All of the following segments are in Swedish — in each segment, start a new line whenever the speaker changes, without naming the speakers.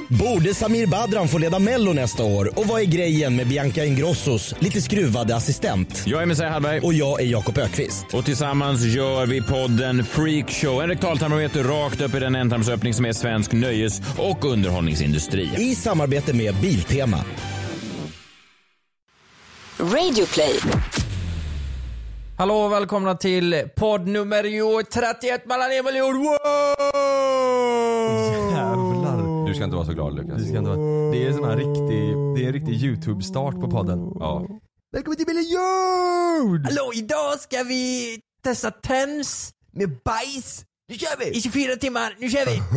Borde Samir Badran få leda Mello nästa år? Och vad är grejen med Bianca Ingrossos lite skruvade assistent?
Jag är Messiah Hallberg.
Och jag är Jakob Ökvist.
Och tillsammans gör vi podden Freak Show. En rektaltarmometer rakt upp i den ändtarmsöppning som är svensk nöjes- och underhållningsindustri.
I samarbete med Biltema.
Radio Play.
Hallå och välkomna till podd nummer 31 mellan Emil och Jord.
Jävlar.
Du ska inte vara så glad, Lukas.
Det ska inte vara. Det är sån här det är en riktig YouTube-start på podden.
Ja.
Välkommen till Emil och Jord!
Hallå, idag ska vi testa tens med bajs. Nu kör vi! I 24 timmar, nu kör vi!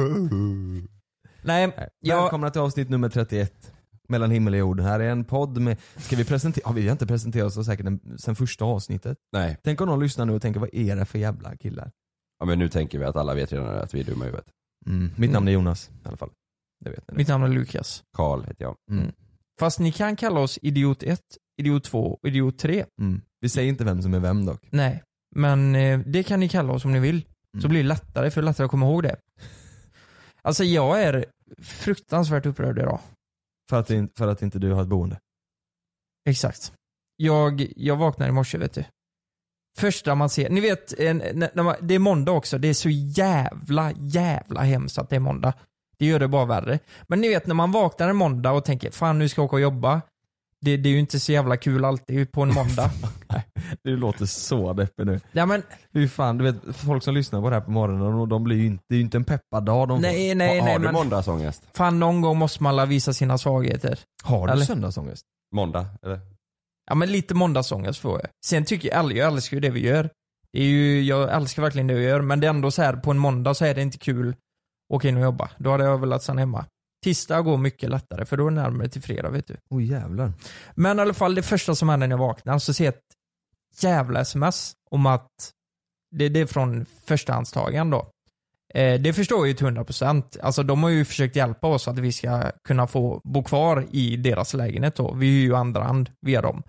Nej,
Välkomna till avsnitt nummer 31 mellan himmel och jord. Här är en podd med, ska vi presentera, vi har inte presenterat oss säkert sen första avsnittet.
Nej.
Tänk om någon lyssnar nu och tänker, vad är det för jävla killar?
Ja, men nu tänker vi att alla vet redan att vi är dumma i huvudet.
Mitt namn är Jonas i alla fall. Det vet ni.
Mitt namn är Lukas.
Karl heter jag.
Fast ni kan kalla oss idiot 1, idiot 2 och idiot 3.
Vi säger inte vem som är vem dock.
Nej, men det kan ni kalla oss om ni vill. Så blir det lättare, för det är lättare att komma ihåg det. Alltså jag är fruktansvärt upprörd idag.
För att inte du har ett boende.
Exakt. Jag vaknar i morse, vet du. Första man ser, ni vet, det är måndag också. Det är så jävla hemskt att det är måndag. Det gör det bara värre. Men ni vet, när man vaknar en måndag och tänker, fan nu ska jag åka och jobba. Det är ju inte så jävla kul alltid på en måndag.
Nej, du låter så deppig nu.
Ja, men
Hur fan, du vet, folk som lyssnar på det här på morgonen, och de blir ju inte, det är ju inte en peppad dag.
nej,
Har du
men
måndagsångest?
fan, någon gång måste man visa sina svagheter.
Har du
Eller?
söndagsångest?
Måndag, eller?
Ja, men lite måndagsångest får jag. Sen tycker jag älskar ju det vi gör. Det är ju, jag älskar verkligen det vi gör, men det är ändå så här, på en måndag så är det inte kul att åka in och jobba. Då hade jag velat stanna hemma. Tisdag går mycket lättare, för då är det närmare till fredag, vet du.
Oj jävlar.
Men i alla fall, det första som händer när jag vaknar, så ser jag ett jävla sms om att det är från förstahandstagaren då. Det förstår jag ju till 100%. Alltså de har ju försökt hjälpa oss att vi ska kunna få bo kvar i deras lägenhet då. Vi är ju andra hand via dem.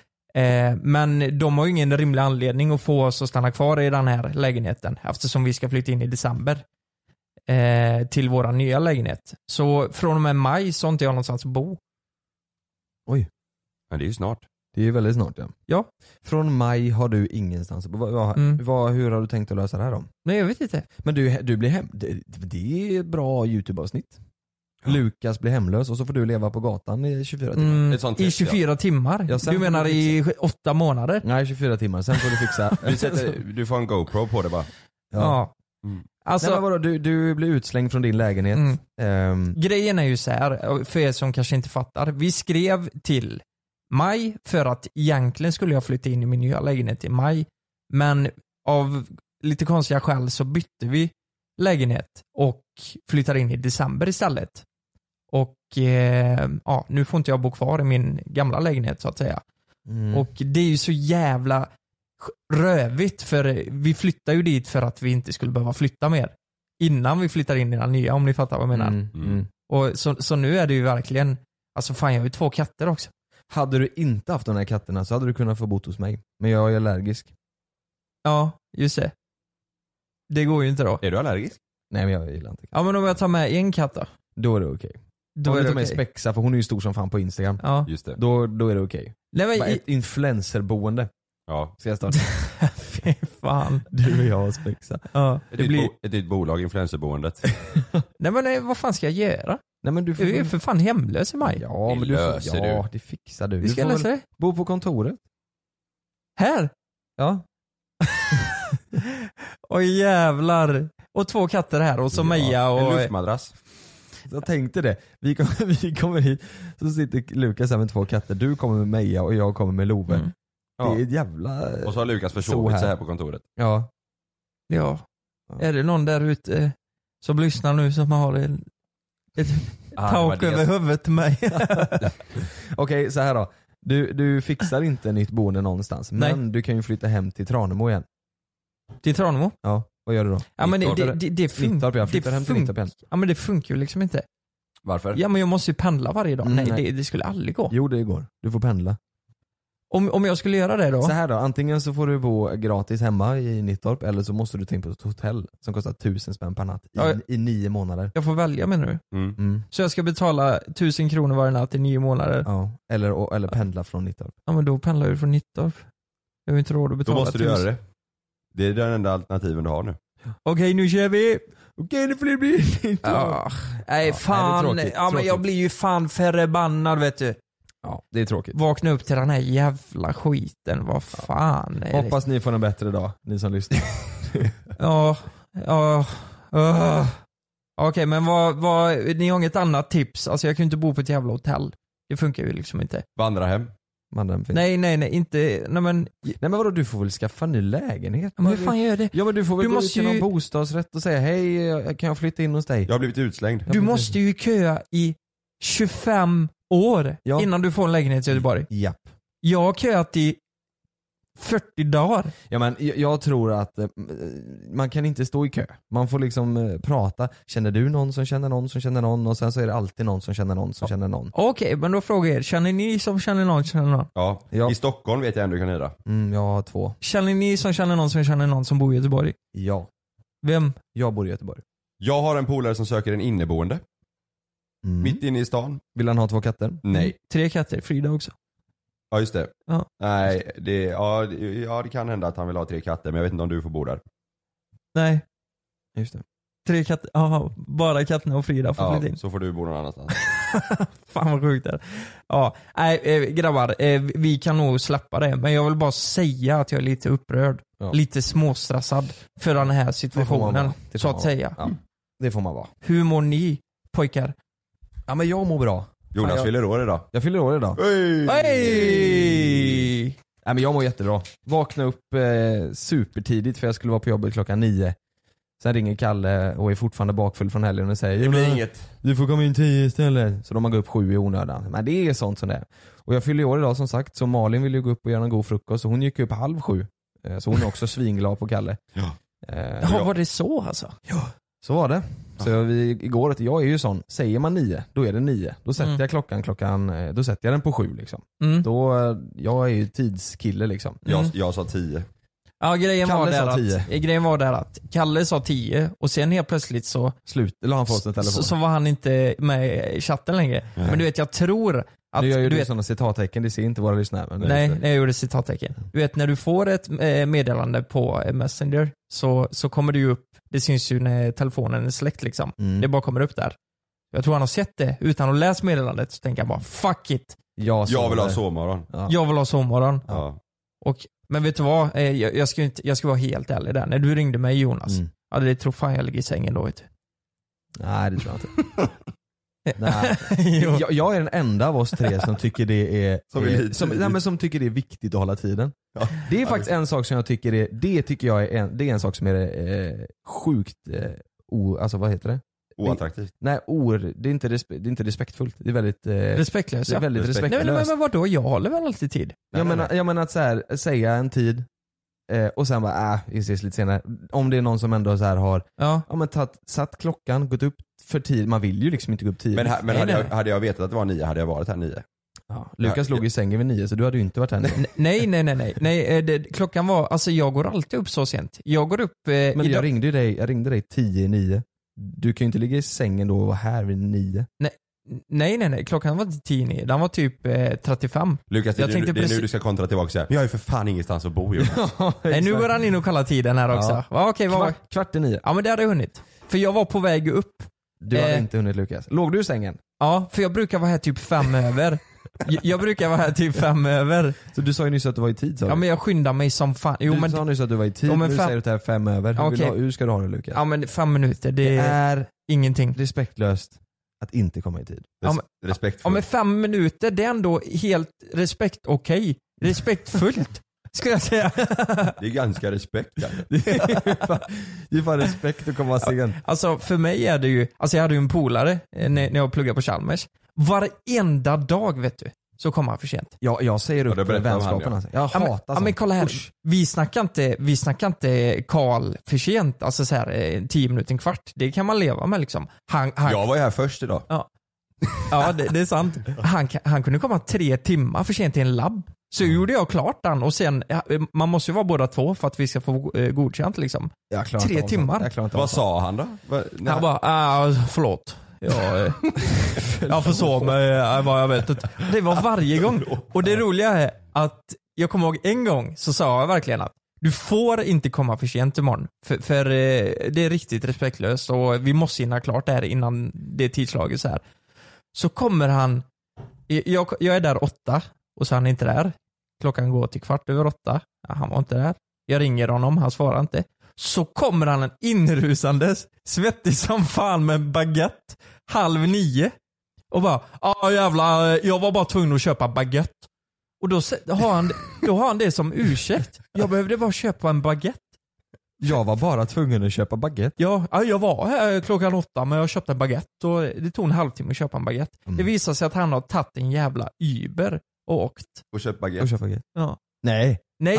Men de har ju ingen rimlig anledning att få oss att stanna kvar i den här lägenheten, eftersom vi ska flytta in i december till våra nya lägenhet. Så från och med maj så har inte jag någonstans att bo.
Oj.
Men det är ju snart.
Det är ju väldigt snart, ja.
Ja.
Från maj har du ingenstans. Hur har du tänkt att lösa det här då?
Nej, jag vet inte.
Men du blir hem. Det är ett bra YouTube-avsnitt. Ja. Lukas blir hemlös och så får du leva på gatan i 24 timmar.
Ett sånt
I
test,
24 timmar?
Ja,
du menar i 8 månader?
Nej, 24 timmar. Sen får du fixa.
Du får en GoPro på det bara.
Ja. Alltså,
nej, men vadå, du blir utslängd från din lägenhet.
Grejen är ju så här, för er som kanske inte fattar. Vi skrev till maj för att egentligen skulle jag flytta in i min nya lägenhet i maj. Men av lite konstiga skäl så bytte vi lägenhet och flyttade in i december istället. Och nu får inte jag bo kvar i min gamla lägenhet så att säga. Och det är ju så jävla rövigt, för vi flyttar ju dit för att vi inte skulle behöva flytta mer innan vi flyttar in i den nya, om ni fattar vad jag menar. Och så nu är det ju verkligen, alltså fan, jag har ju 2 katter också.
Hade du inte haft de här katterna så hade du kunnat få bot hos mig. Men jag är allergisk.
Ja, just det. Det går ju inte då.
Är du allergisk?
Nej, men jag gillar inte katter.
Ja, men om jag tar med en katt
då är det okej.
Då
om
är
du
det
tar med
okej.
Spexa, för hon är ju stor som fan på Instagram.
Ja.
Just det.
Då är det okej.
Nej, men
Ett influencerboende.
Ja.
Ska jag starta?
Fy fan.
Du och jag och Spexa.
Ja, det blir...
Ett ditt bolag, influencerboendet.
Nej, men vad fan ska jag göra?
Nej, men du
Jag är för fan hemlös i maj.
Ja,
Det
men
löser du.
Ja, det fixar du.
Vi ska
du får
lösa
väl
det.
bo på kontoret.
Här?
Ja.
Oj jävlar. Och 2 katter här och så Meja och...
En luftmadrass.
Jag tänkte det. Vi kommer hit, så sitter Lukas här med 2 katter. Du kommer med Meja och jag kommer med Love.
Ja.
Det är ett jävla...
Och så har Lukas försovit sig här på kontoret.
Ja.
Ja. Är det någon där ute som lyssnar nu som har ett tak över huvudet till mig?
Okej, så här då. Du fixar inte nytt boende någonstans.
Nej.
Men du kan ju flytta hem till Tranemo igen.
Till Tranemo?
Ja, vad gör du då?
Ja, men det
Nittorp, jag flyttar hem till Nittorp igen.
Ja, men det funkar ju liksom inte.
Varför?
Ja, men jag måste ju pendla varje dag. Nej, det skulle aldrig gå.
Jo, det går. Du får pendla.
Om jag skulle göra det då?
Så här då, antingen så får du bo gratis hemma i Nittorp eller så måste du ta in på ett hotell som kostar 1000 spänn per natt i 9 månader.
Jag får välja, menar du?
Mm.
Så jag ska betala 1000 kronor varje natt i 9 månader?
Ja, eller pendla från Nittorp.
Ja, men då pendlar du från Nittorp. Jag har inte råd att betala.
Då måste du göra det. Det är den enda alternativen du har nu.
Okej, nu kör vi!
Okej, det får det bli Nittorp.
Nej, fan.
Nej, det är tråkigt.
Men jag blir ju fan förbannad, vet du.
Ja, det är tråkigt.
Vakna upp till den här jävla skiten, vad fan är det?
Hoppas ni får en bättre dag, ni som lyssnar.
Okej, men ni har inget annat tips? Alltså jag kan ju inte bo på ett jävla hotell. Det funkar ju liksom inte.
Vandra hem.
Nej, inte,
nej men vadå, du får väl skaffa ny lägenhet?
Men hur fan gör det?
Ja, men du får väl gå ut till någon
ju...
bostadsrätt och säga hej, kan jag flytta in hos dig?
Jag har blivit utslängd.
Du måste ju köa i 25 år innan du får en lägenhet i Göteborg.
Japp.
Jag har köat i 40 dagar.
Ja, men jag tror att man kan inte stå i kö. Man får liksom prata. Känner du någon som känner någon som känner någon? Och sen så är det alltid någon som känner någon som känner någon.
Okej, men då frågar jag er. Känner ni som känner någon som känner någon?
Ja. I Stockholm vet jag ändå du kan hyra.
Jag har 2.
Känner ni som känner någon som bor i Göteborg?
Ja.
Vem?
Jag bor i Göteborg.
Jag har en polare som söker en inneboende. Mitt inne i stan.
Vill han ha 2 katter?
Nej.
3 katter, Frida också.
Ja, just det.
Ja.
Nej, det kan hända att han vill ha 3 katter, men jag vet inte om du får bo där.
Nej.
Just det.
3 katter, bara katterna och Frida får flytta in.
Så får du bo någon annanstans.
Fan vad sjukt det är. Ja, nej grabbar, vi kan nog släppa det, men jag vill bara säga att jag är lite upprörd. Ja. Lite småstressad för den här situationen, så att säga.
Ja. Det får man vara.
Hur mår ni, pojkar?
Ja, men jag mår bra.
Jonas fyller år idag.
Jag fyller år idag.
Hey!
Nej, men jag mår jättebra. Vakna upp supertidigt för jag skulle vara på jobbet klockan 9. Sen ringer Kalle och är fortfarande bakfull från helgen och säger
det blir inget.
Du får komma in 10 istället. Så de har gått upp 7 i onödan. Men det är sånt som det är. Och jag fyller år idag som sagt. Så Malin ville ju gå upp och göra en god frukost. Så hon gick upp 6:30. Så hon är också svinglad på Kalle.
Ja, var det så alltså?
Ja, så var det. Så igår, jag är ju sån, säger man 9, då är det 9. Då sätter jag klockan, då sätter jag den på 7 liksom. Då, jag är ju tidskille liksom.
Jag sa 10.
Ja, grejen var där att Kalle sa 10 och sen helt plötsligt så
la han på sin telefon.
Så var han inte med i chatten längre. Nej. Men du vet, jag tror att
nu gör ju du sådana citattecken, det ser inte våra lyssnare. Men
nej, jag gjorde citattecken. Du vet, när du får ett meddelande på Messenger så kommer det ju upp, det syns ju när telefonen är släckt liksom. Det bara kommer upp där. Jag tror han har sett det utan att läsa meddelandet, så tänker jag bara fuck it.
Jag vill ha sovmorgon.
Ja. Jag vill ha sovmorgon.
Ja.
Men vet du vad? Jag ska vara helt ärlig där. När du ringde mig, Jonas, det tror fan jag ligger i sängen då, vet du.
Nej, det tror jag inte. Nej. Jag är den enda av oss 3 som tycker det är som tycker det är viktigt att hålla tiden. Ja. Det är faktiskt en sak som jag tycker är en sak som är sjukt alltså vad heter det?
Oattraktivt.
Nej, det är inte respektfullt. Det är väldigt
respektlöst.
Det är väldigt respektlöst.
Nej, men vadå? Jag håller väl alltid tid.
Jag menar att så här, säga en tid och sen bara vi ses lite senare. Om det är någon som ändå så här har satt klockan, gått upp för tid. Man vill ju liksom inte gå upp tid.
Men hade jag vetat att det var 9 hade jag varit här 9.
Ja, Lukas låg i sängen vid 9 så du hade ju inte varit här.
Nej, klockan var, alltså jag går alltid upp så sent. Jag går upp
men jag ringde dig 10:09. Du kan ju inte ligga i sängen då och vara här vid 9.
Nej, klockan var inte 10:09. Den var typ 35.
Lukas, det är nu du ska kontra tillbaka och säga, men jag har ju för fan ingenstans att bo.
Nej, nu går han in och kollar tiden här också. Ja. Okej, vad var
8:45.
Ja, men det hade jag hunnit. För jag var på väg upp.
Du hade inte hunnit, Lukas. Låg du i sängen?
Ja, för jag brukar vara här typ 5 över. Jag brukar vara här typ 5 över.
Så du sa ju nyss att du var i tid, sa du?
Ja, men jag skyndar mig som fan.
Du sa nyss att du var i tid, men du säger att det är 5 över. Hur ska du ha det, Lukas?
Ja, men 5 minuter, det är ingenting.
Respektlöst att inte komma i tid.
Respektfullt.
Ja, men 5 minuter, det är ändå helt respektfullt. Skulle jag säga.
Det är ganska respekt.
Det är fan respekt att komma sen.
Alltså för mig är det ju, alltså jag hade ju en polare när jag pluggade på Chalmers. Varenda dag, vet du, så kommer han för sent.
Ja, jag säger upp vänskapen. Alltså. Jag hatar
ja, men kolla här. Vi snackar inte Karl för sent, alltså så här 10 minuter, en kvart. Det kan man leva med liksom.
Jag var ju här först idag.
Ja, det är sant. Han kunde komma 3 timmar för sent till en labb. Så gjorde jag klart den och sen, man måste ju vara båda två för att vi ska få godkänt liksom. 3 timmar.
Vad sa han då?
Han bara, förlåt. Jag försov mig, vad jag vet inte. Det var varje gång. Och det roliga är att jag kommer ihåg en gång så sa jag verkligen att du får inte komma för sent imorgon. För det är riktigt respektlöst och vi måste hinna klart det här innan det är tidslaget så här. Så kommer han, jag är där 8 och så är han inte där. Klockan går till 8:15. Han var inte där. Jag ringer honom, han svarar inte. Så kommer han en inrusandes, svettig som fan med en baguette, 8:30. Och bara, jävlar, jag var bara tvungen att köpa baguette. Och då har han det som ursäkt. Jag behövde bara köpa en baguette.
Jag var bara tvungen att köpa baguette.
Ja, jag var här klockan 8 men jag köpte en baguette och det tog en halvtimme att köpa en baguette. Det visar sig att han har tagit en jävla Uber och åkt.
Och köpt baguette?
Ja.
Nej.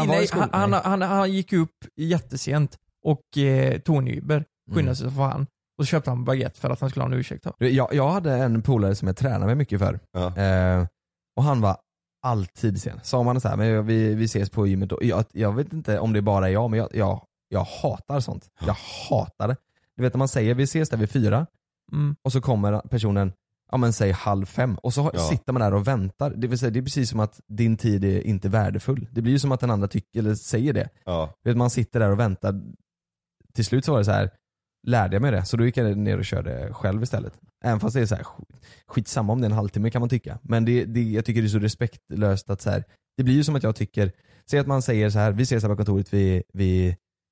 Han gick upp jättesent och tog en Uber. Skyndade sig för han. Och så köpte han baguette för att han skulle ha en ursäkt.
Jag hade en polare som jag tränade med mycket för.
Ja.
Och han var alltid sen. Sa man så här, men vi ses på gymmet. Jag vet inte om det bara är jag, men jag hatar sånt. Jag hatar det. Du vet när man säger vi ses där vid 4 och så kommer personen, ja men säg 4:30 och så sitter man där och väntar. Det vill säga, det är precis som att din tid är inte värdefull. Det blir ju som att den andra tycker eller säger det.
Ja.
Du vet, man sitter där och väntar. Till slut så var det så här, lärde jag mig det. Så då gick jag ner och körde själv istället. Även fast det är så här, skitsamma om det är en halvtimme kan man tycka. Men jag tycker det är så respektlöst att så här, det blir ju som att jag tycker, säg att man säger så här, vi ses här på kontoret vid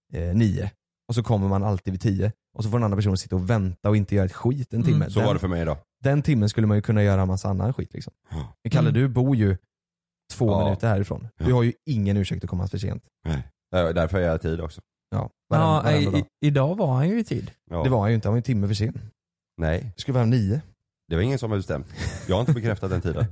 9 och så kommer man alltid vid 10 och så får den andra personen sitta och vänta och inte göra ett skit en timme.
Så var det för mig då.
Den timmen skulle man ju kunna göra en massa annan skit liksom. Men Kalle, du bor ju 2 minuter härifrån. Du har ju ingen ursäkt att komma för sent.
Nej. Därför är jag i tid också.
Ja,
idag var han ju i tid.
Ja. Det var han ju inte, han var en timme för sen.
Nej.
Det skulle vara 9.
Det var ingen som har bestämt. Jag har inte bekräftat den tiden.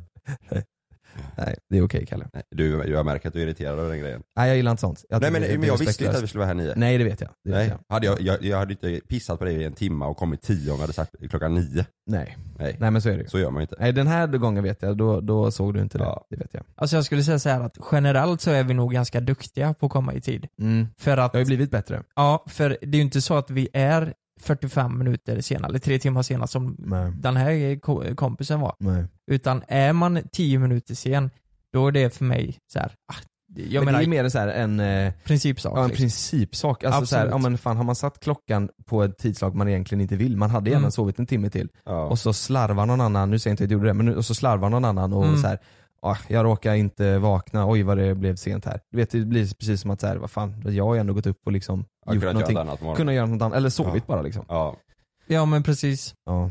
Nej, det är okej, Kalle.
Nej, jag märker att du är irriterad över den grejen.
Nej, jag gillar inte sånt.
Men jag visste inte att vi skulle vara här 9.
Nej, det vet jag.
Nej. Jag hade inte pissat på dig i en timme och kommit 10 om jag hade sagt klockan 9.
Nej, men så är det ju.
Så gör man inte.
Nej, den här gången vet jag, då såg du inte det. Det vet jag.
Alltså jag skulle säga så här att generellt så är vi nog ganska duktiga på att komma i tid. För att,
det har ju blivit bättre.
Ja, för det är ju inte så att vi är 45 minuter senare eller 3 timmar senare som den här kompisen var.
Nej.
Utan är man 10 minuter sen, då är det för mig så här.
Men det är mer så här en
principsak.
Ja, en principsak. Alltså så här, ja, men fan, har man satt klockan på ett tidslag man egentligen inte vill. Man hade gärna sovit en timme till. Ja. Och så slarvar någon annan, nu säger jag inte att jag gjorde det, men och så slarvar någon annan och så här, jag råkar inte vakna, oj vad det blev sent här. Du vet, det blir precis som att så här, vad fan, jag har ändå gått upp och liksom gjort någonting. Kunna göra något annat, eller sovit bara liksom.
Ja men precis.
Ja.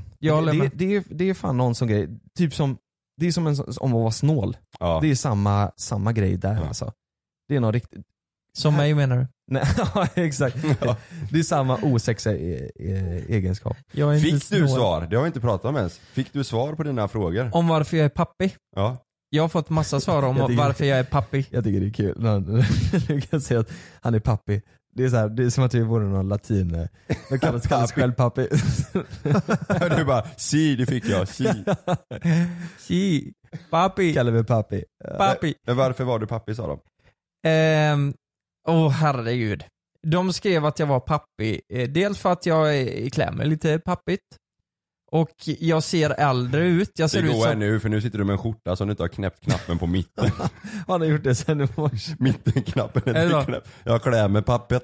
Det är fan någon sån grej, typ som, det är som om att vara snål. Ja. Det är samma grej där alltså. Det är något riktigt.
Som mig menar du?
Nej, ja, exakt. Ja. Det är samma osexiga egenskap.
Fick du svar? Det har vi inte pratat om ens. Fick du svar på dina frågor?
Om varför jag är pappi?
Ja.
Jag har fått massa svar om varför jag är pappi.
Jag tycker det är kul. Du kan säga att han är pappi. Det är så här, det är som att vi vore någon latin. De kallas själv pappi.
Du bara, si, det fick jag, si.
Si, pappi.
Kallar vi pappi.
Pappi.
Men varför var du pappi, sa de?
Herregud. De skrev att jag var pappi. Dels för att jag klär mig lite pappigt. Och jag ser äldre ut. Jag ser
det går
ut som...
nu, för nu sitter du med en skärta som du inte har knäppt knappen på mitten.
Han har gjort det sen i morse.
Mittenknappen är inte knäppt. Jag klär med pappet.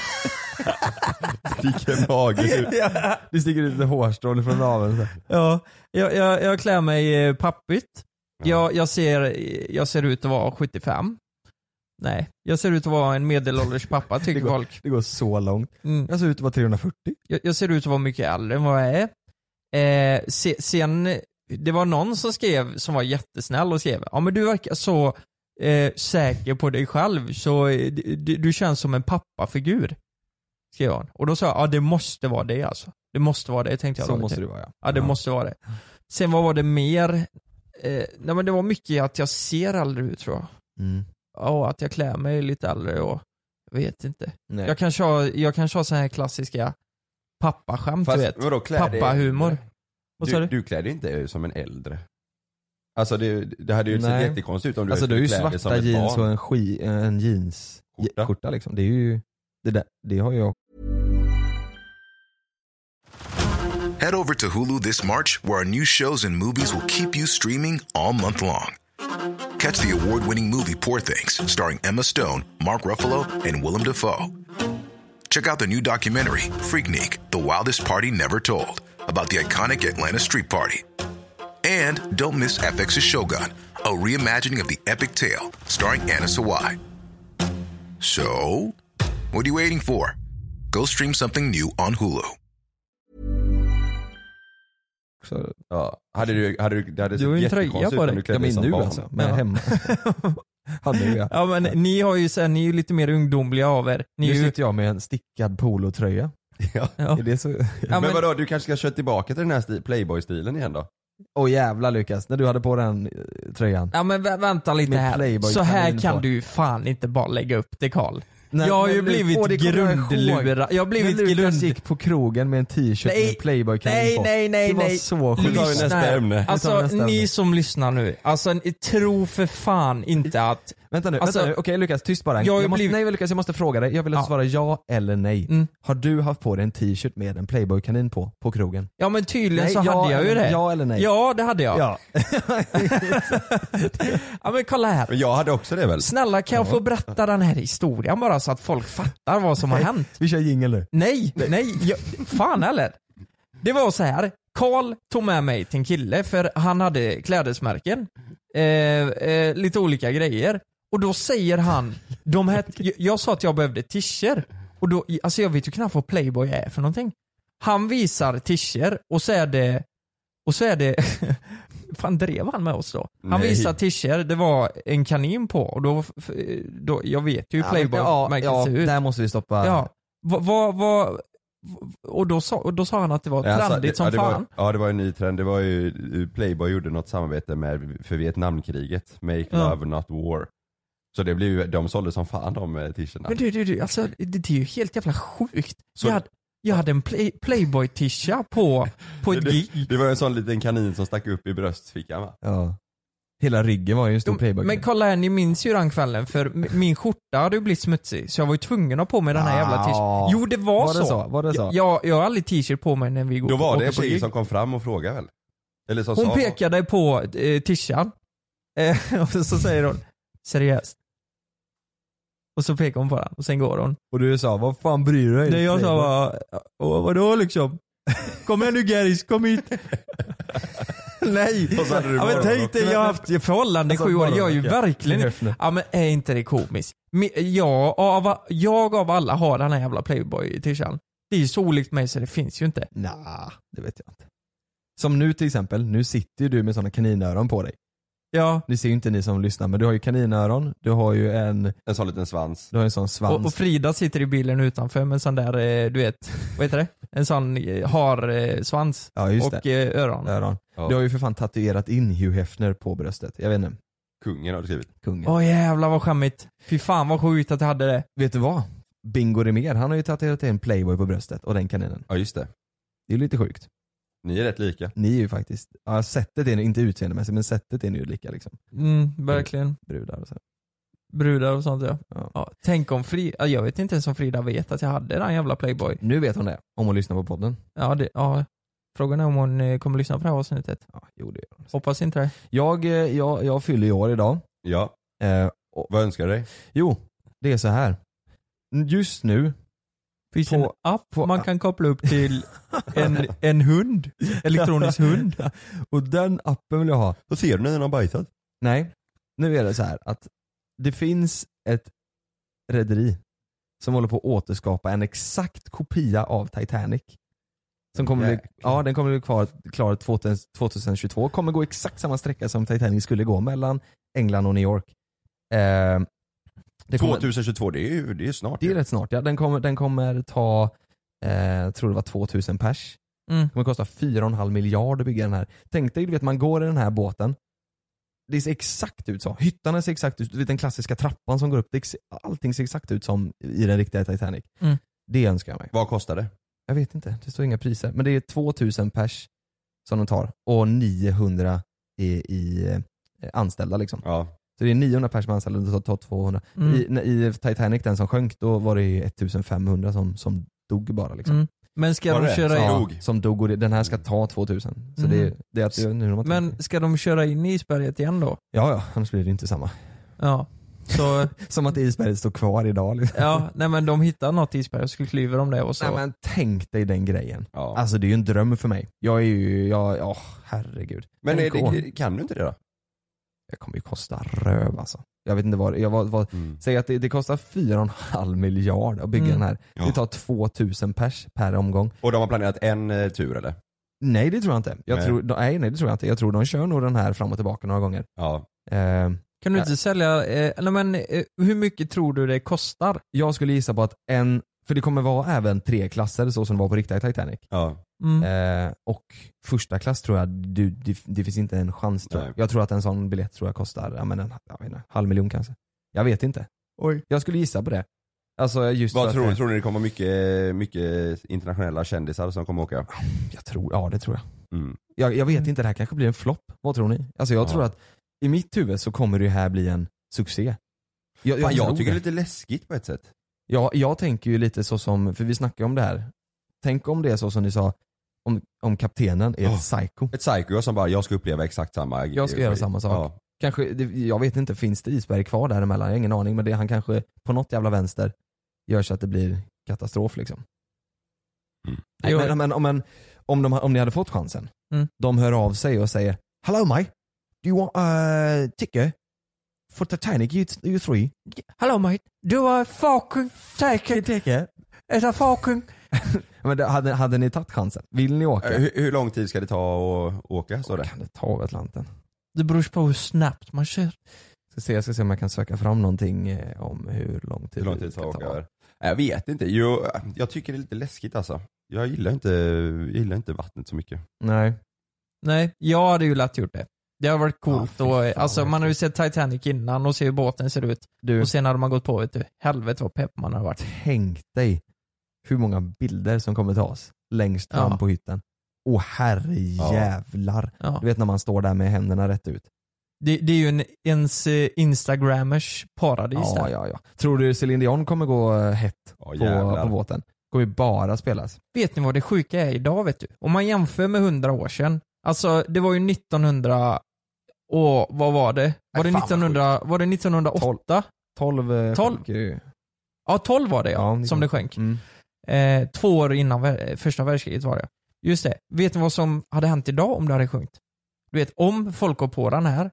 Sticker magen ut.
Ja. Det sticker ut lite hårstrån från naveln.
Ja, jag klär mig pappigt. Jag ser ut att vara 75. Nej, jag ser ut att vara en medelålders pappa, tycker folk.
Det går så långt. Jag ser ut att vara 340.
Jag ser ut att vara mycket äldre än vad jag är. Sen, det var någon som skrev, som var jättesnäll och skrev, ja men du verkar så säker på dig själv, så du känns som en pappafigur, skrev han. Och då sa jag, ja det måste vara det alltså. Det måste vara det, tänkte jag.
Så måste det vara, ja.
Ja, det måste vara det. Sen vad var det mer? Nej men det var mycket att jag ser äldre ut, tror jag. Och att jag klär mig lite äldre och jag vet inte. Nej. Jag kanske har så här klassiska pappaskämt, du vet. Pappahumor.
Du klär dig inte som en äldre. Alltså det hade ju sett jättekonstigt ut om du
alltså,
skulle
klä dig
som
svarta
ett
jeans
barn.
och en jeansskjorta liksom. Det är ju det har jag.
Head over to Hulu this March, where our new shows and movies will keep you streaming all month long. Catch the award-winning movie Poor Things, starring Emma Stone, Mark Ruffalo, and Willem Dafoe. Check out the new documentary, Freaknik, The Wildest Party Never Told, about the iconic Atlanta street party. And don't miss FX's Shogun, a reimagining of the epic tale, starring Anna Sawai. So, what are you waiting for? Go stream something new on Hulu.
Så,
Ja, hade du
Du har ju
sett
en
jättekonstigt
tröja
ut
på
om
dig.
du klädde dig som
nu
barn.
alltså, men hemma. Han nu ja.
Ja men ni har ju sen, ni är ju lite mer ungdomliga av er. Ni
Nu
är ju,
sitter jag med en stickad polotröja.
Ja.
ja.
Är det så?
Ja,
Men vadå, du kanske ska köra tillbaka till den här Playboy-stilen igen då?
Åh jävlar Lukas, när du hade på den tröjan.
Ja men vänta lite
Med
här.
Playboy
Så här
kanin
kan
på.
du ju fan inte bara lägga upp det, Karl.
Nej,
Jag har ju
men
blivit
det kommer jag
grundlurad. Jag har blivit
När Lukas
grund...
gick på krogen med en t-shirt
Nej,
med Playboy-kanin
nej,
på.
nej, nej,
Det var
nej.
så
tar vi
sjukt.
nästa
Lyssna här.
ämne.
Vi tar
Alltså
nästa
ni
ämne.
som lyssnar nu, alltså ni tro för fan inte att...
Vänta nu,
Alltså,
okej Lukas, tyst bara.
jag har ju
måste,
blivit-
Nej Lukas, jag måste fråga dig. Jag vill att
Ja.
du svarar ja eller nej.
Mm.
Har du haft på dig en t-shirt med en Playboy-kanin på krogen?
Ja men tydligen
Nej,
så
ja
hade jag ju
eller-
det.
ja eller nej?
Ja det hade jag.
Ja.
Ja men kolla här.
Men jag hade också det väl?
Snälla kan jag få berätta den här historien bara så att folk fattar vad som har hänt?
Vi kör jingle nu.
Nej, fan eller? Det var så här. Karl tog med mig till en kille för han hade klädesmärken. Lite olika grejer. Och då säger han, jag sa att jag behövde tischer. Och då, alltså jag vet ju knappt vad Playboy är för någonting. Han visar tischer och så är det fan drev han med oss då? Han
Nej.
visar tischer, det var en kanin på och då jag vet ju hur Playboy-märket ser ut.
där måste vi stoppa.
Ja, och då sa han att det var trendigt som
det
fan.
Det var en ny trend. Det var ju, Playboy gjorde något samarbete för Vietnamkriget. Make love not war. Så det blev ju, de sålde som fan de t-shirtarna.
Men du, alltså det är ju helt jävla sjukt.
Så-
Jag hade en Playboy-tisha på ett gig.
Det var en sån liten kanin som stack upp i bröstfickan va?
Ja. Hela ryggen var ju en stor Playboy.
Men kolla här, ni minns ju den kvällen för min skjorta hade ju blivit smutsig så jag var ju tvungen att ha på mig den här jävla t-shirten. Jo det var så.
Var det så?
Jag har aldrig t-shirt på mig när vi går
Då var det en
åker på
tjej
gig.
som kom fram och frågade väl? Eller som
Hon
sa,
pekade på tishan och så säger hon seriöst. Och så pekar hon på den och sen går hon.
Och du sa, vad fan bryr du dig?
Det jag sa var, vadå liksom? Kom igen nu Garris, kom hit. Nej.
Och så hade du
Ja, men
bara-
tänk dig, jag har haft förhållande i
Alltså,
7 år. Jag är ju
bara-
verkligen...
Höfner.
Ja men är inte det komiskt? Jag av alla har den här jävla Playboy-tishan. Det är ju så olikt mig så det finns ju inte.
Nah, det vet jag inte. Som nu till exempel, nu sitter ju du med sådana kaninöron på dig.
Ja.
Det ser ju inte ni som lyssnar, men du har ju kaninöron, du har ju en
sån liten svans.
Du har en sån svans.
Och Frida sitter i bilen utanför med en sån där, du vet, vad heter det? En sån svans
Ja, just
och
det.
öron.
Ja.
Du har ju för fan tatuerat in Hugh Hefner på bröstet. Jag vet inte.
Kungen har du skrivit.
Kungen.
Åh jävlar vad skämmigt. Fy fan vad sjukt att jag hade det.
Vet du vad? Bingo Rimér, han har ju tatuerat in Playboy på bröstet och den kaninen.
Ja just det.
Det är lite sjukt.
Ni är rätt lika.
Ni är ju faktiskt, ja sättet är inte utseendemässigt men sättet är ni ju lika liksom.
Verkligen.
Brudar och så.
Brudar och sånt ja.
Ja.
Ja, tänk om Frida, jag vet inte ens om Frida vet att jag hade den jävla Playboy.
Nu vet hon det, om hon lyssnar på podden.
Ja, frågan är om hon kommer lyssna på det här avsnittet.
Ja, jo det gör hon.
Hoppas inte det.
Jag fyller i år idag.
Ja.
Och,
Vad önskar du dig?
jo, det är så här. Just nu
Finns
På-
en app man kan koppla upp till en hund. Elektronisk hund.
och den appen vill jag ha.
Då ser du när den har bajsat.
Nej, nu är det så här att det finns ett rederi som håller på att återskapa en exakt kopia av Titanic. Som kommer bli,
Jäklar.
den kommer bli klar 2022. Kommer gå exakt samma sträcka som Titanic skulle gå mellan England och New York. Det kommer,
2022, det är ju snart.
det är rätt snart. Ja. Den kommer ta, tror det var 2000 pers. Det kommer kosta 4,5 miljarder att bygga den här. Tänk dig, du vet man går i den här båten. Det ser exakt ut så. Hyttarna ser exakt ut. Du vet den klassiska trappan som går upp. Allting ser exakt ut som i den riktiga Titanic. Det önskar jag mig.
Vad kostar det?
Jag vet inte, det står inga priser. Men det är 2000 pers som de tar. Och 900 i anställda liksom.
Ja.
Så det är 900 personer anställda, det tar 200. I Titanic, den som sjönk, då var det ju 1500 som dog bara liksom.
Men ska de köra in?
Som dog, och den här ska ta 2000. Så det är att nu de
Men ska de köra in i isberget igen då?
Ja, annars blir det inte samma.
Ja. Så
som att isberget står kvar idag liksom.
Ja, nej men de hittar något isberg och skulle klyva om det och så.
Nej men tänk dig den grejen.
Ja.
Alltså det är ju en dröm för mig. Jag är ju, herregud.
Men kan du inte det då?
Det kommer ju kosta röv alltså. Jag vet inte vad säg att det kostar 4,5 miljard att bygga den här.
Ja.
Det tar 2000 pers per omgång.
Och de har planerat en tur eller?
Nej det tror jag inte. Nej det tror jag inte. Jag tror de kör nog den här fram och tillbaka några gånger.
Ja.
Kan du inte sälja, hur mycket tror du det kostar?
Jag skulle gissa på att för det kommer vara även 3 klasser så som det var på riktiga Titanic.
Ja.
Och första klass tror jag, det finns inte en chans tror jag. Jag tror att en sån biljett tror jag kostar, jag vet inte, 500 000 kanske. Jag vet inte. Oj. Jag skulle gissa på det. Alltså just
vad tror ni det kommer mycket internationella kändisar som kommer åka?
Det tror jag. Jag vet inte, det här kanske blir en flopp. Vad tror ni? Alltså jag tror att i mitt huvud så kommer det här bli en succé. Jag
tycker det är lite läskigt på ett sätt.
Ja, jag tänker ju lite så som, för vi snackar om det här. Tänk om det är så som ni sa, om kaptenen är ett psycho.
Ett psycho som bara, jag ska uppleva exakt samma.
Jag ska göra samma sak. Ja. Kanske, jag vet inte, finns det isberg kvar däremellan? Jag har ingen aning, men han kanske på något jävla vänster gör så att det blir katastrof liksom. Men om ni hade fått chansen, de hör av sig och säger hello mate, do you want ticket for Titanic you 3?
Hello mate, do I fucking take it? Is I fucking...
Men hade ni tagit chansen? Vill ni åka?
Hur lång tid ska det ta att åka? Så
kan det ta Atlanten?
Det beror på hur snabbt man kör.
Jag ska se om jag kan söka fram någonting om hur lång tid
det ska ta. Jag vet inte. Jag tycker det är lite läskigt alltså. Jag gillar inte vattnet så mycket.
Nej,
jag hade ju lätt gjort det. Det har varit coolt. Alltså man har ju sett Titanic innan och ser hur båten ser ut. Och sen hade man gått på, vet du, helvete vad pepp man har varit.
Tänk dig hur många bilder som kommer tas längst fram på hytten. Åh herrejävlar.
Ja.
Du vet när man står där med händerna rätt ut.
Det är ju ens Instagrammers paradis där.
Ja. Tror du Celine Dion kommer gå hett på båten? Kommer ju bara spelas.
Vet ni vad det sjuka är idag, vet du? Om man jämför med 100 år sedan. Alltså det var ju 1900 och vad var det? Var det 1908?
12?
Ja, 12 var det som det sjönk. 2 år innan första världskriget var det. Just det. Vet ni vad som hade hänt idag om det hade sjunkit? Du vet, om folk går på den här.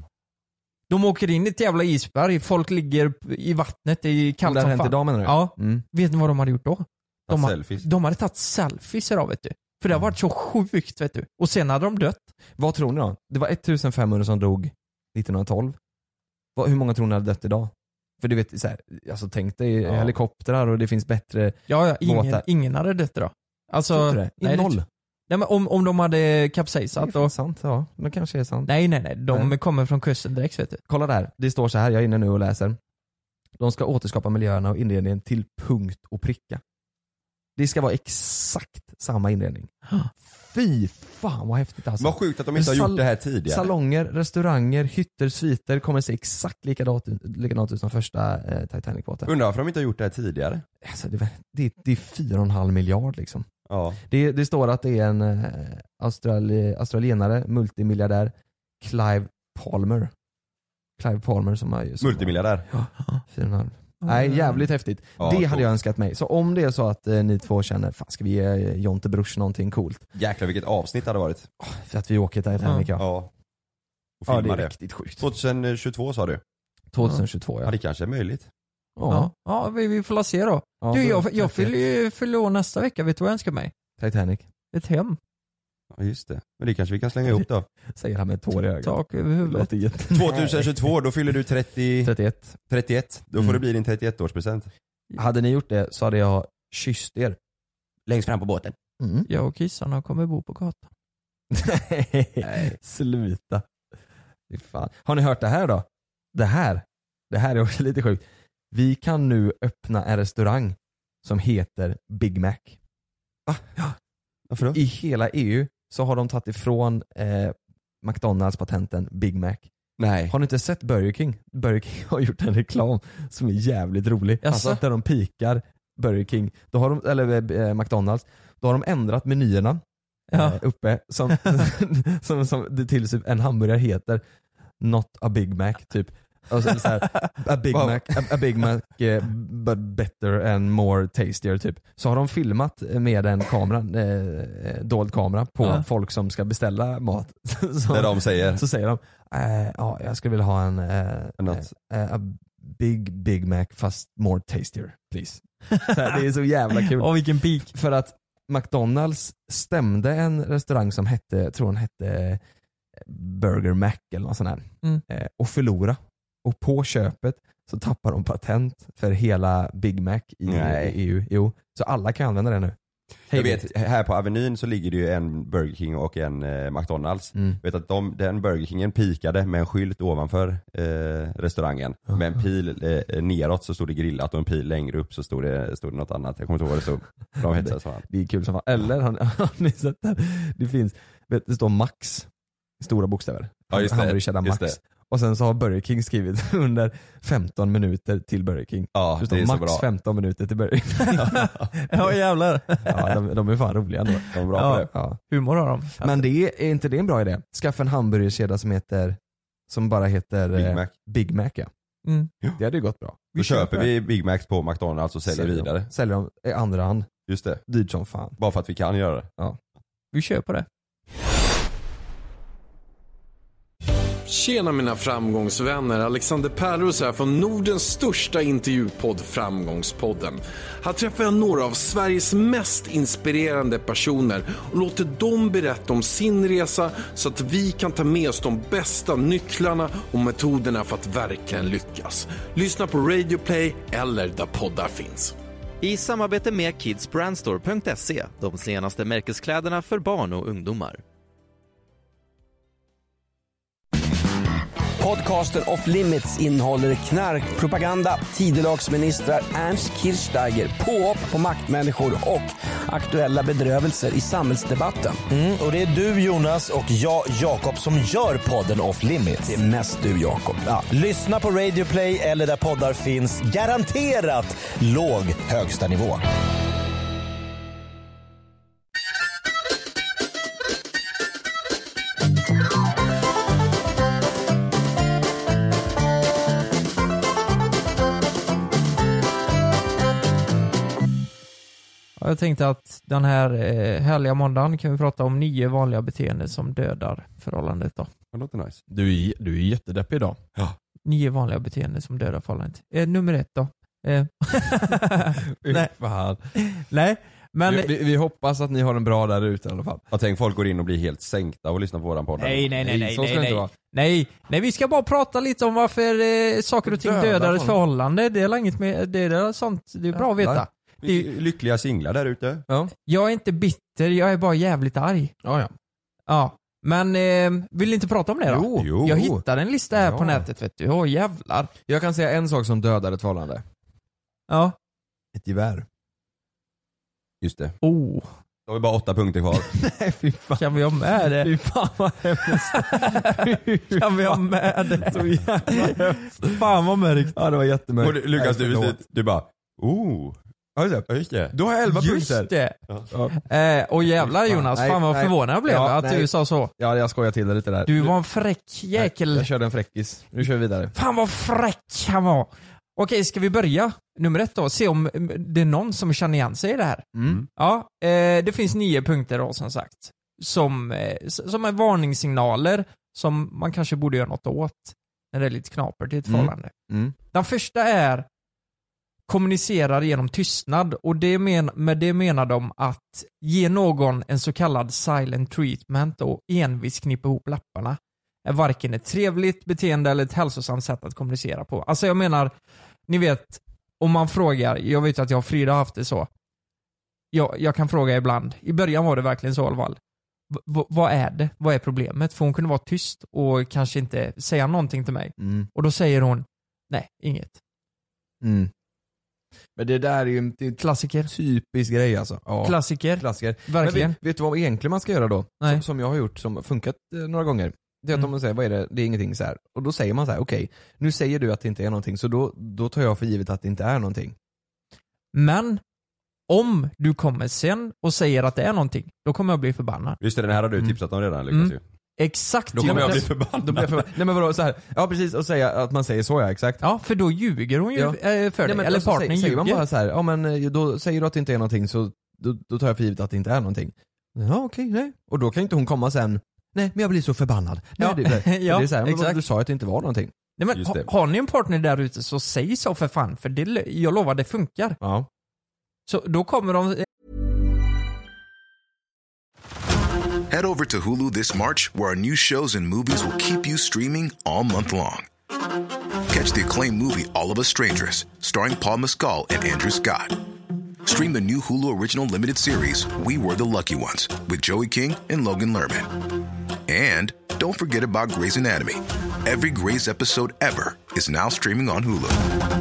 De åker in i ett jävla isberg, folk ligger i vattnet i kallt som fan. Det hade hänt
idag menar du?
Ja. Vet ni vad de hade gjort då? De hade tagit selfies idag, vet du. För det har varit så sjukt, vet du. Och sen hade de dött.
Vad tror ni då? Det var 1500 som dog 1912. Hur många tror ni hade dött idag? För du vet, så här, alltså tänk dig helikoptrar och det finns bättre båtar.
Ingen hade dött idag. Alltså,
nej, 0.
Nej, men om de hade kapsejsat.
Det är sant, ja. Det kanske är sant.
Nej. De kommer från kusten direkt, vet du.
Kolla där. Det står så här, jag är inne nu och läser. De ska återskapa miljöerna och inredningen till punkt och pricka. Det ska vara exakt samma inredning. Fy fan vad häftigt alltså.
Vad sjukt att de inte har gjort det här tidigare.
Salonger, restauranger, hytter, sviter kommer se exakt likadant ut som första Titanic-båten.
Undrar varför de inte har gjort det här tidigare.
Alltså, det är 4,5 miljard liksom.
Ja.
Det står att det är en australienare, multimiljardär, Clive Palmer som har
multimiljardär?
Ja, 4,5. Nej, jävligt häftigt. Ja, det hade jag önskat mig. Så om det är så att ni två känner, fan ska vi ge Jonte Bruch någonting coolt?
Jäklar vilket avsnitt det hade varit.
För att vi åker till Titanic.
Ja. Och filma
det är riktigt sjukt.
2022 sa du?
2022
ja. Det kanske är möjligt.
Ja, vi får se då.
Ja,
du, jag fyller år nästa vecka, vet du vad jag önskar mig?
Titanic.
Ett hem.
Ja just det, men det kanske vi kan slänga ihop då.
Säger han med tår i ögat.
Tak över huvudet.
2022, då fyller du 31. Då får det bli din 31-årspresent.
Hade ni gjort det så hade jag kysst er.
Längst fram på båten.
Jag och kissarna kommer bo på gatan.
Nej, sluta. Fan. Har ni hört det här då? Det här är också lite sjukt. Vi kan nu öppna en restaurang som heter Big Mac.
Ja. Varför då?
I hela EU så har de tagit ifrån McDonalds-patenten Big Mac.
Nej.
Har ni inte sett Burger King? Burger King har gjort en reklam som är jävligt rolig. Alltså, där de pikar Burger King, då har de, eller McDonalds, då har de ändrat menyerna uppe som det till typ en hamburgare heter Not a Big Mac typ. Alltså så här, a Big Mac but better and more tastier typ. Så har de filmat med en kamera, dold kamera på folk som ska beställa mat.
Det de säger.
Så säger de jag skulle vilja ha en a Big Mac fast more tastier please. Så här, det är så jävla kul.
Och vilken peak.
För att McDonalds stämde en restaurang som hette Burger Mac eller något sånt här och förlora. Och på köpet så tappar de patent för hela Big Mac i EU. Jo, så alla kan använda det nu.
Jag vet, här på Avenyn så ligger det ju en Burger King och en McDonalds. Jag vet att den Burger Kingen pikade med en skylt ovanför restaurangen. Med en pil neråt så stod det grillat och en pil längre upp så stod det något annat. Jag kommer inte ihåg vad det stod. De hette så.
Det är kul som fan. Eller har ni sett det? Det finns, det står Max i stora bokstäver.
Ja, just det.
Max. Och sen så har Burger King skrivit under 15 minuter till Burger King.
Ja,
det står
är
max
så bra.
15 minuter till Burger King.
Ja jävlar.
Ja, de är fan roliga ändå.
De är bra på det.
Ja.
Humor har de.
Men är inte det en bra idé? Skaffa en hamburgerkedja som bara heter Big Mac ja. Det hade ju gått bra.
Då köper vi Big Macs på McDonalds och säljer vidare.
Säljer dem i andra hand.
Just det.
Dyrt som fan.
Bara för att vi kan göra det.
Ja.
Vi köper det.
Tjena mina framgångsvänner, Alexander Pärlros här från Nordens största intervjupodd Framgångspodden. Här träffar jag några av Sveriges mest inspirerande personer och låter dem berätta om sin resa så att vi kan ta med oss de bästa nycklarna och metoderna för att verkligen lyckas. Lyssna på Radio Play eller där poddar finns.
I samarbete med kidsbrandstore.se, de senaste märkeskläderna för barn och ungdomar.
Podcasten Off Limits innehåller knarkpropaganda, tidelagsministrar, Ernst Kirchsteiger, påhopp på maktmänniskor och aktuella bedrövelser i samhällsdebatten.
Och det är du Jonas och jag Jakob som gör podden Off Limits.
Det är mest du Jakob.
Ja, lyssna på Radio Play eller där poddar finns. Garanterat låg högsta nivå.
Jag tänkte att den här härliga måndagen kan vi prata om 9 vanliga beteenden som dödar förhållandet då.
Det låter nice.
Du är jättedeppig idag.
Ja.
9 vanliga beteenden som dödar förhållandet. Nummer 1 då. Nej.
Fan.
Nej. Men
vi hoppas att ni har en bra där ute i alla fall.
Jag tänker folk går in och blir helt sänkta och lyssnar på våran podd.
Nej, vi ska bara prata lite om varför saker och ting dödar ett förhållande. Det är inget med det är sånt. Det är bra att veta.
Lyckliga singlar där ute.
Ja.
Jag är inte bitter, jag är bara jävligt arg. Ja. Men vill ni inte prata om det då?
Jo.
Jag hittade en lista här på nätet vet du. Jävlar.
Jag kan säga en sak som dödar ett förhållande.
Ja.
Ett gevär.
Just det.
Oh.
Då har vi bara 8 punkter kvar.
Nej fy fan.
Kan vi ha med det?
Fy fan vad hemskt.
Kan vi ha med det? Så jävla hemskt. Fan vad mörkt.
Ja det var jättemörkt.
Och Lukas du bara just det.
Då har jag 11
Just
punkter.
det. Och jävlar Jonas, fan vad förvånad jag blev att du sa så.
Ja jag skojar till det lite där.
Du var en fräck jäkel.
Jag körde en fräckis. Nu kör vi vidare.
Fan vad fräck han var. Okej, ska vi börja? Nummer 1 då. Se om det är någon som känner igen sig i det här. Ja, det finns 9 punkter då som sagt. Som är varningssignaler som man kanske borde göra något åt när det är lite knapert i ett förhållande. Den första är kommunicerar genom tystnad och med det menar de att ge någon en så kallad silent treatment och envis knippa ihop lapparna är varken ett trevligt beteende eller ett hälsosamt sätt att kommunicera på. Alltså jag menar, ni vet, om man frågar, jag vet att jag och Frida har haft det så. Jag kan fråga ibland, i början var det verkligen så i alla fall. Vad är det? Vad är problemet? För hon kunde vara tyst och kanske inte säga någonting till mig. Och då säger hon, nej, inget.
Men det där är ju en
klassiker.
Typisk grej alltså. Ja.
Klassiker.
Verkligen.
Men
vet du vad egentligen man ska göra då?
Nej.
Som jag har gjort, som har funkat några gånger. Det är att om man säger, vad är det? Det är ingenting så här. Och då säger man så här: okej, nu säger du att det inte är någonting, så då tar jag för givet att det inte är någonting.
Men om du kommer sen och säger att det är någonting, då kommer jag bli förbannad.
Just det, den här har du tipsat om redan, Lukas ju.
Exakt.
Då kommer jag bli förbannad.
Nej men vadå, så här. Ja precis, och säga att man säger så, ja exakt.
Ja, för då ljuger hon ju för dig. Eller partnern ljuger.
Säger man bara så här, ja men då säger du att det inte är någonting, så då tar jag för givet att det inte är någonting. Ja okej, nej. Och då kan inte hon komma sen, nej men jag blir så förbannad. Nej, det är så här, men du sa att det inte var någonting.
Nej, men har ni en partner där ute, så säg så för fan, för jag lovar det funkar.
Ja.
Så då kommer de...
Head over to Hulu this March, where our new shows and movies will keep you streaming all month long. Catch the acclaimed movie All of Us Strangers, starring Paul Mescal and Andrew Scott. Stream the new Hulu original limited series We Were the Lucky Ones with Joey King and Logan Lerman. And don't forget about Grey's Anatomy. Every Grey's episode ever is now streaming on Hulu.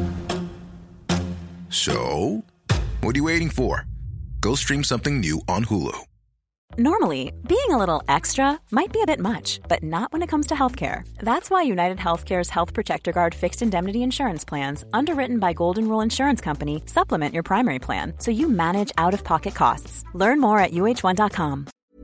So, what are you waiting for? Go stream something new on Hulu.
Normally, being a little extra might be a bit much, but not when it comes to healthcare. That's why United Healthcare's Health Protector Guard fixed indemnity insurance plans, underwritten by Golden Rule Insurance Company, supplement your primary plan so you manage out-of-pocket costs. Learn more at uh1.com.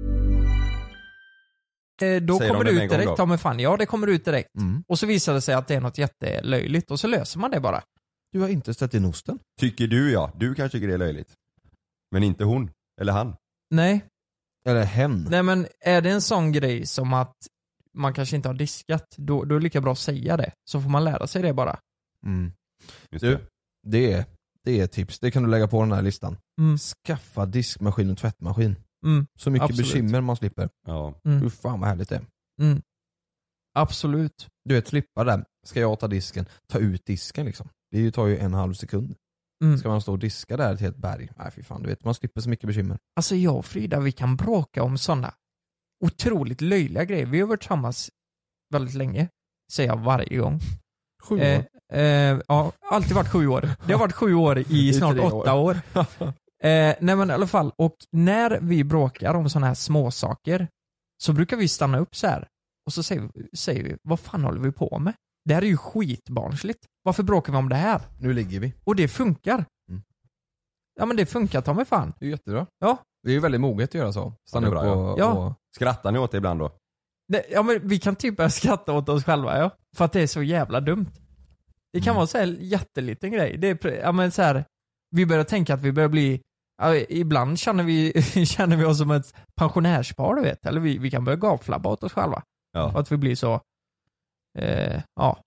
Då kommer det ut direkt, ta mig fan. Ja, det kommer ut direkt. Och så visar det sig att det är något jättelöjligt, och så löser man det bara.
Du har inte stött in osten.
Tycker du, ja. Du kanske tycker det är löjligt. Men inte hon. Eller han.
Nej.
Eller hen.
Nej, men är det en sån grej som att man kanske inte har diskat, då är det lika bra att säga det. Så får man lära sig det bara.
Du, det är tips. Det kan du lägga på den här listan. Skaffa diskmaskin och tvättmaskin. Så mycket
Absolut.
bekymmer man slipper.
Ja.
Fan vad härligt det är.
Absolut.
Du vet, slippa där. Ska jag ta disken? Ta ut disken liksom. Det tar ju 1,5 sekund. Ska man stå och diska där till ett berg? Nej fy fan, du vet, man slipper så mycket bekymmer.
Alltså jag och Frida, vi kan bråka om sådana otroligt löjliga grejer. Vi har varit tillsammans väldigt länge, säger jag varje gång.
7 år?
Ja, alltid varit 7 år. Det har varit 7 år i snart 8 år. Nej men i alla fall, och när vi bråkar om sådana här små saker, så brukar vi stanna upp så här och så säger vi, vad fan håller vi på med? Det här är ju skitbarnsligt. Varför bråkar vi om det här?
Nu ligger vi.
Och det funkar. Ja men det funkar, ta mig fan.
Det är jättebra.
Ja.
Det är ju väldigt moget att göra så. Stanna upp och...
Skrattar ni åt det ibland då?
Ja men vi kan typ börja skratta åt oss själva, ja. För att det är så jävla dumt. Det kan vara så här jätteliten grej. Det är, ja men så här, vi börjar tänka att vi börjar bli... Ja, ibland känner vi oss som ett pensionärspar, du vet. Eller vi kan börja gapflabba åt oss själva.
Ja.
För att vi blir så... ja.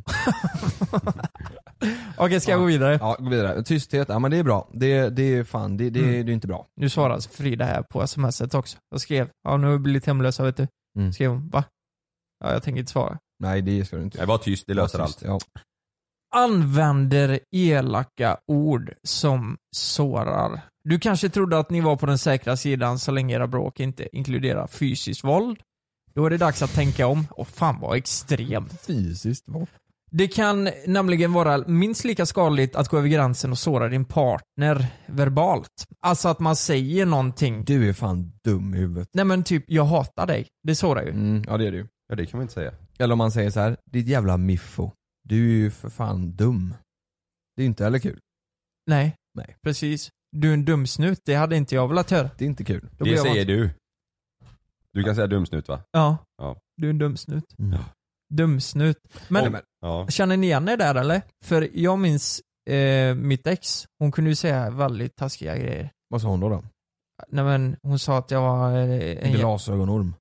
Okej, ska jag gå vidare?
Ja, gå vidare. Tysthet, ja men det är bra. Det är fan, det är inte bra.
Nu svarar Frida här på smset också. Jag skrev, ja nu har vi blivit hemlösa, vet du. Skrev hon, va? Ja, jag tänker inte svara.
Nej, det ska du inte.
Nej, var tyst, det löser allt.
Ja.
Använder elaka ord som sårar. Du kanske trodde att ni var på den säkra sidan så länge era bråk inte inkluderar fysiskt våld. Då är det dags att tänka om. Fan vad extremt.
Fysiskt våld.
Det kan nämligen vara minst lika skadligt att gå över gränsen och såra din partner verbalt. Alltså att man säger någonting.
Du är fan dum i huvudet.
Nej men typ, jag hatar dig. Det sårar ju.
Ja det är du.
Ja det kan man inte säga.
Eller om man säger så här: ditt jävla miffo. Du är ju för fan dum. Det är inte heller kul.
Nej, precis. Du är en dumsnut, det hade inte jag velat höra.
Det är inte kul.
Det säger du. Du kan säga dumsnut va?
Ja. Du är en dumsnut. Dumsnut. Men känner ni igen er där eller? För jag minns mitt ex, hon kunde ju säga väldigt taskiga grejer.
Vad sa hon då?
Nej men hon sa att jag var en
glasögonorm.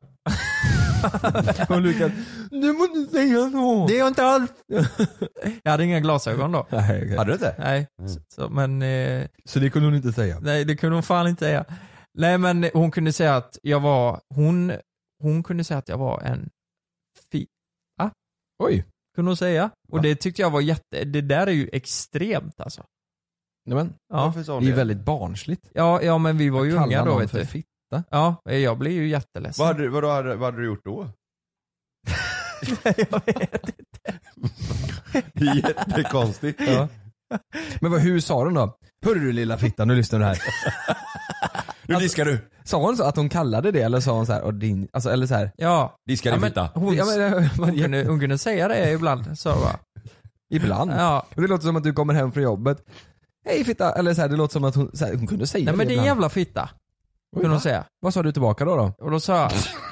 Hon Lukas, du måste inte säga så.
Det är jag inte alls. Jag hade inga glasögon då.
Nej, okay.
Hade du inte?
Nej. Så, men,
så det kunde hon inte säga?
Nej, det kunde hon fan inte säga. Nej men hon kunde säga att jag var, hon kunde säga att jag var en
Oj.
Kunde hon säga. Och det tyckte jag var det där är ju extremt alltså.
Nej men, det är väldigt barnsligt.
Ja men vi var ju unga då vet du.
Fitta.
Ja, jag blev ju jätteledsen.
Vad hade du gjort då?
Jag vet inte.
Jättekonstigt.
Ja. Men hur sa de då? Hörru du lilla fitta, nu lyssnar du här.
Nu diskar du.
Sa hon så att hon kallade det eller sa hon så här, och din, alltså, eller så här.
Ja.
Diskar din fitta.
Hon kunde säga det ibland. Så va.
Ibland?
Ja.
Och det låter som att du kommer hem från jobbet. Hej fitta, eller så här, det låter som att hon, så här, hon kunde säga
nej, men det är en jävla fitta. Kunde hon säga.
Vad sa du tillbaka då?
Och då sa jag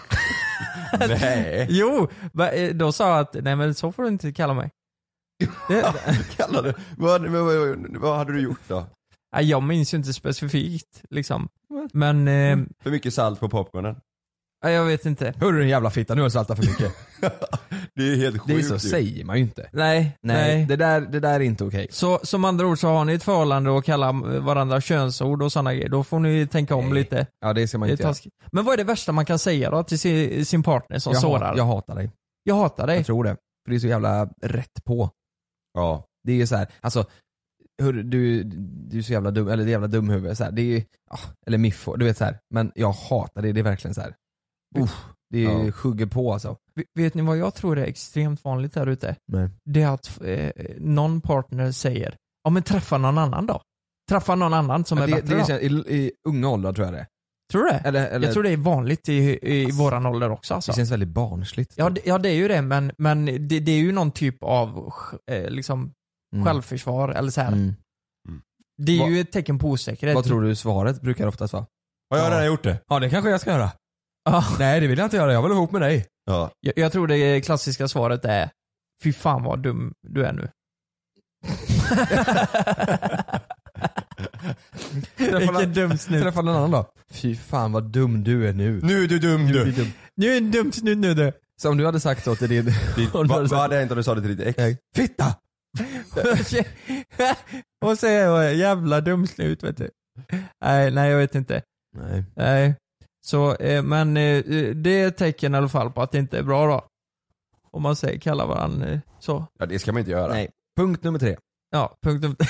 Nej.
Jo, då sa jag att nej men så får du inte kalla mig.
Kallar du? Vad hade du gjort då?
Nej, jag minns ju inte specifikt liksom. Men
för mycket salt på popcornen.
Jag vet inte.
Hörru din jävla fitta, nu har du saltat för mycket.
Det är helt sjukt.
Det är så säger man ju inte.
Nej.
Det där är inte okej.
Så som andra ord så har ni ett förhållande och kallar varandra könsord och sådana grejer. Då får ni tänka om lite.
Ja, det ska man inte göra.
Men vad är det värsta man kan säga då till sin partner som sårar?
Jag hatar dig.
Jag hatar dig.
Jag tror det. För det är så jävla rätt på.
Ja.
Det är ju så här, alltså du är så jävla dum, eller det är jävla dumhuvud så här. Det är eller miffo, du vet så här. Men jag hatar det, det är verkligen så här. Det är skugger på alltså.
Vet ni vad jag tror är extremt vanligt där ute?
Nej.
Det är att någon partner säger, ja men träffa någon annan då. Träffa någon annan som är bättre
det är i unga åldrar tror jag det.
Tror du det?
Eller,
jag tror det är vanligt i våran ålder också alltså.
Det känns väldigt barnsligt.
Ja det är ju det, men det är ju någon typ av liksom självförsvar eller så här. Det är ju ett tecken på osäkerhet.
Vad tror du svaret brukar oftast vara?
Har jag redan gjort det?
Ja, det kanske jag ska göra. Nej, det vill jag inte göra, jag vill ihop med dig.
Ja.
Jag tror det klassiska svaret är, fy fan vad dum du är nu. Vilken dum snut.
Träffa någon annan då. Fy fan vad dum du är nu.
Nu är du dum du.
Nu är en dum snut nu du.
Så om du hade sagt så till din...
Vad hade jag inte om du sa det till ditt ex?
Fitta!
Och säger jag jävla dum snut vet du. Nej jag vet inte. Nej. Så, men det är ett tecken i alla fall på att det inte är bra då. Om man säger kalla varandra så.
Ja, det ska man inte göra.
Nej. Punkt nummer 3.
Ja, punkt nummer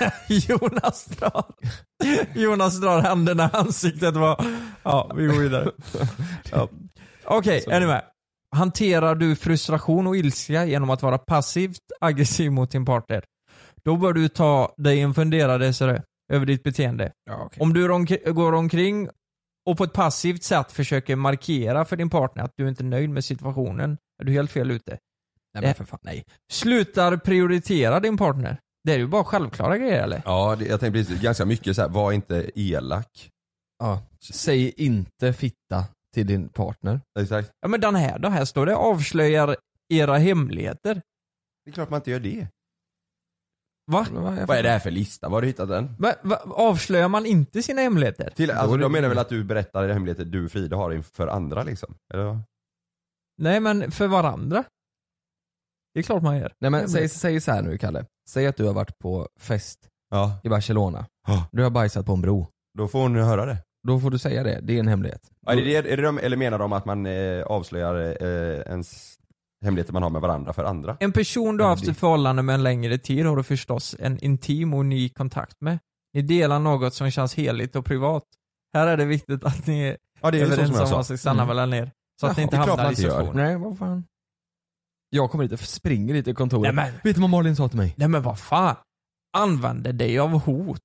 3. Jonas drar händerna i ansiktet. Ja, vi går vidare. Ja. Okej, är ni med? Hanterar du frustration och ilska genom att vara passivt aggressiv mot din partner? Då bör du ta dig en funderare över ditt beteende.
Ja, okay.
Om du går omkring och på ett passivt sätt försöker markera för din partner att du inte är nöjd med situationen, är du helt fel ute.
Nej, men för fan, nej.
Slutar prioritera din partner. Det är ju bara självklara grejer eller?
Ja, jag tänkte precis ganska mycket så här, var inte elak.
Ja, säg inte fitta till din partner.
Exakt.
Ja men den här står det avslöjar era hemligheter.
Det är klart man inte gör det.
Va?
Vad är det här för lista? Var har du hittat den?
Avslöjar man inte sina hemligheter?
Alltså, de menar väl att du berättar hemligheter du och Frida har inför andra liksom? Eller?
Nej men för varandra. Det är klart man gör.
Nej men säg så här nu Kalle. Säg att du har varit på fest i Barcelona. Du har bajsat på en bro.
Då får hon höra det.
Då får du säga det. Det är en hemlighet.
Ja, eller menar de att man avslöjar ens hemligheter man har med varandra för andra?
En person du har haft ett förhållande med en längre tid har du förstås en intim och ny kontakt med. Ni delar något som känns heligt och privat. Här är det viktigt att ni är överens om vad som stannar mellan er. Så att ni inte hamnar i situation.
Nej, vad fan. Jag kommer inte springer lite i kontoret.
Nej, men,
vet du vad Malin sa till mig?
Nej men vad fan. Använder dig av hot.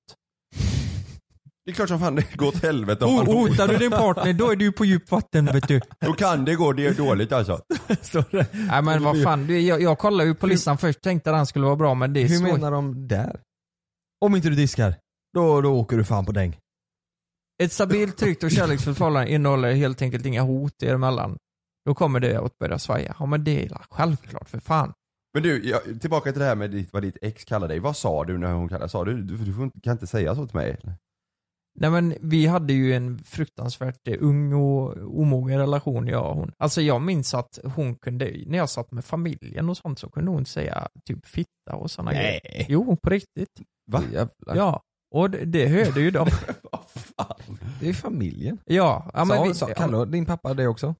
Det är klart som fan det går åt helvete.
Hotar du din partner då är du på djup vatten vet du.
Då kan det gå dåligt alltså.
Nej men vad fan. Jag kollade ju på listan först. Tänkte att han skulle vara bra men det är
hur
så.
Menar de där? Om inte du diskar. Då åker du fan på däng.
Ett stabilt, tryggt och kärleksfullt förhållande innehåller helt enkelt inga hot emellan. Då kommer det att börja svaja. Ja men det är självklart för fan.
Men du, tillbaka till det här med vad ditt ex kallade dig. Vad sa du när hon kallade? Sa du kan inte säga så till mig eller?
Nej men vi hade ju en fruktansvärt ung och omogen relation jag och hon. Alltså jag minns att hon kunde, när jag satt med familjen och sånt så kunde hon säga typ fitta och sådana grejer. Jo, på riktigt.
Va?
Ja, och det hörde ju de.
Vad fan?
Det är familjen.
Ja, men
kallar din pappa det också?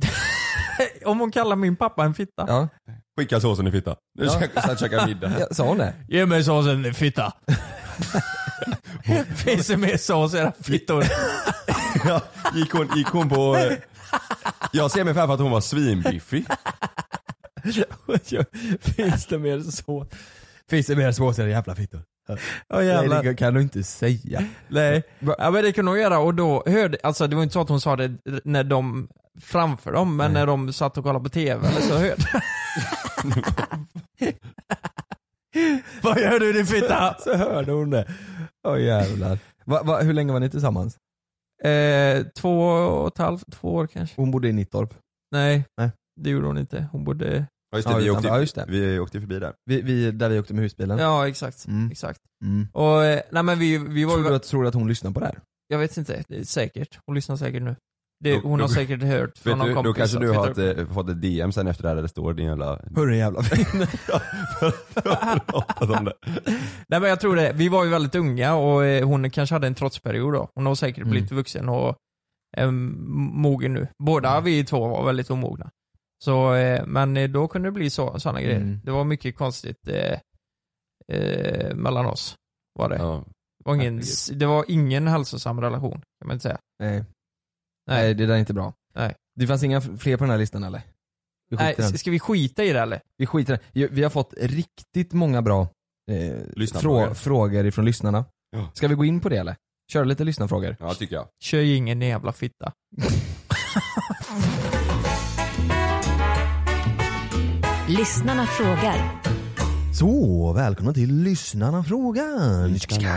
Om hon kallar min pappa en fitta.
Ja.
Skicka såsen i fitta. Nu ska käka middag.
Ja, sa hon det?
Ge mig såsen i fitta. Finns det mer sås i era fittor?
Ja, gick hon på... Jag ser mig för att hon var svinbiffig.
Finns det mer sås? Finns det mer sås i era jävla fittor? Nej, det kan du inte säga.
Nej, ja, men det kunde hon göra och då hörde, alltså det var inte så att hon sa det när de framför dem, men när de satt och kollade på TV eller så hörde. Vad gör du din fitta?
Så hörde hon det. Jävlar. Hur länge var ni tillsammans?
2,5, 2 år kanske.
Hon bodde i Nittorp?
Nej, det gjorde hon inte. Hon bodde...
Ja just det, vi åkte förbi där.
Där vi åkte med husbilen?
Ja, exakt. Exakt. Och, nej, men vi var
tror du att hon lyssnar på det här?
Jag vet inte, det är säkert. Hon lyssnar säkert nu. Hon har säkert hört från någon kompis.
Då kanske du har fått ett DM sen efter det här där det står din jävla...
Hörru jävla fin.
Nej, men jag tror det. Vi var ju väldigt unga och hon kanske hade en trotsperiod då. Hon har säkert blivit vuxen och mogen nu. Båda vi två var väldigt omogna. Så, men då kunde det bli sådana grejer. Det var mycket konstigt mellan oss. Var det. Ja. Det var ingen hälsosam relation, kan man inte säga.
Nej, det där är inte bra.
Nej.
Det fanns inga fler på den här listan eller?
Nej, ska vi skita i det eller?
Vi skiter i det. Vi har fått riktigt många bra frågor ifrån lyssnarna. Ja. Ska vi gå in på det eller? Kör lite lyssnarfrågor.
Ja, tycker jag.
Kör ju ingen jävla fitta.
Lyssnarna frågar.
Så, välkomna till Lyssnarna frågar.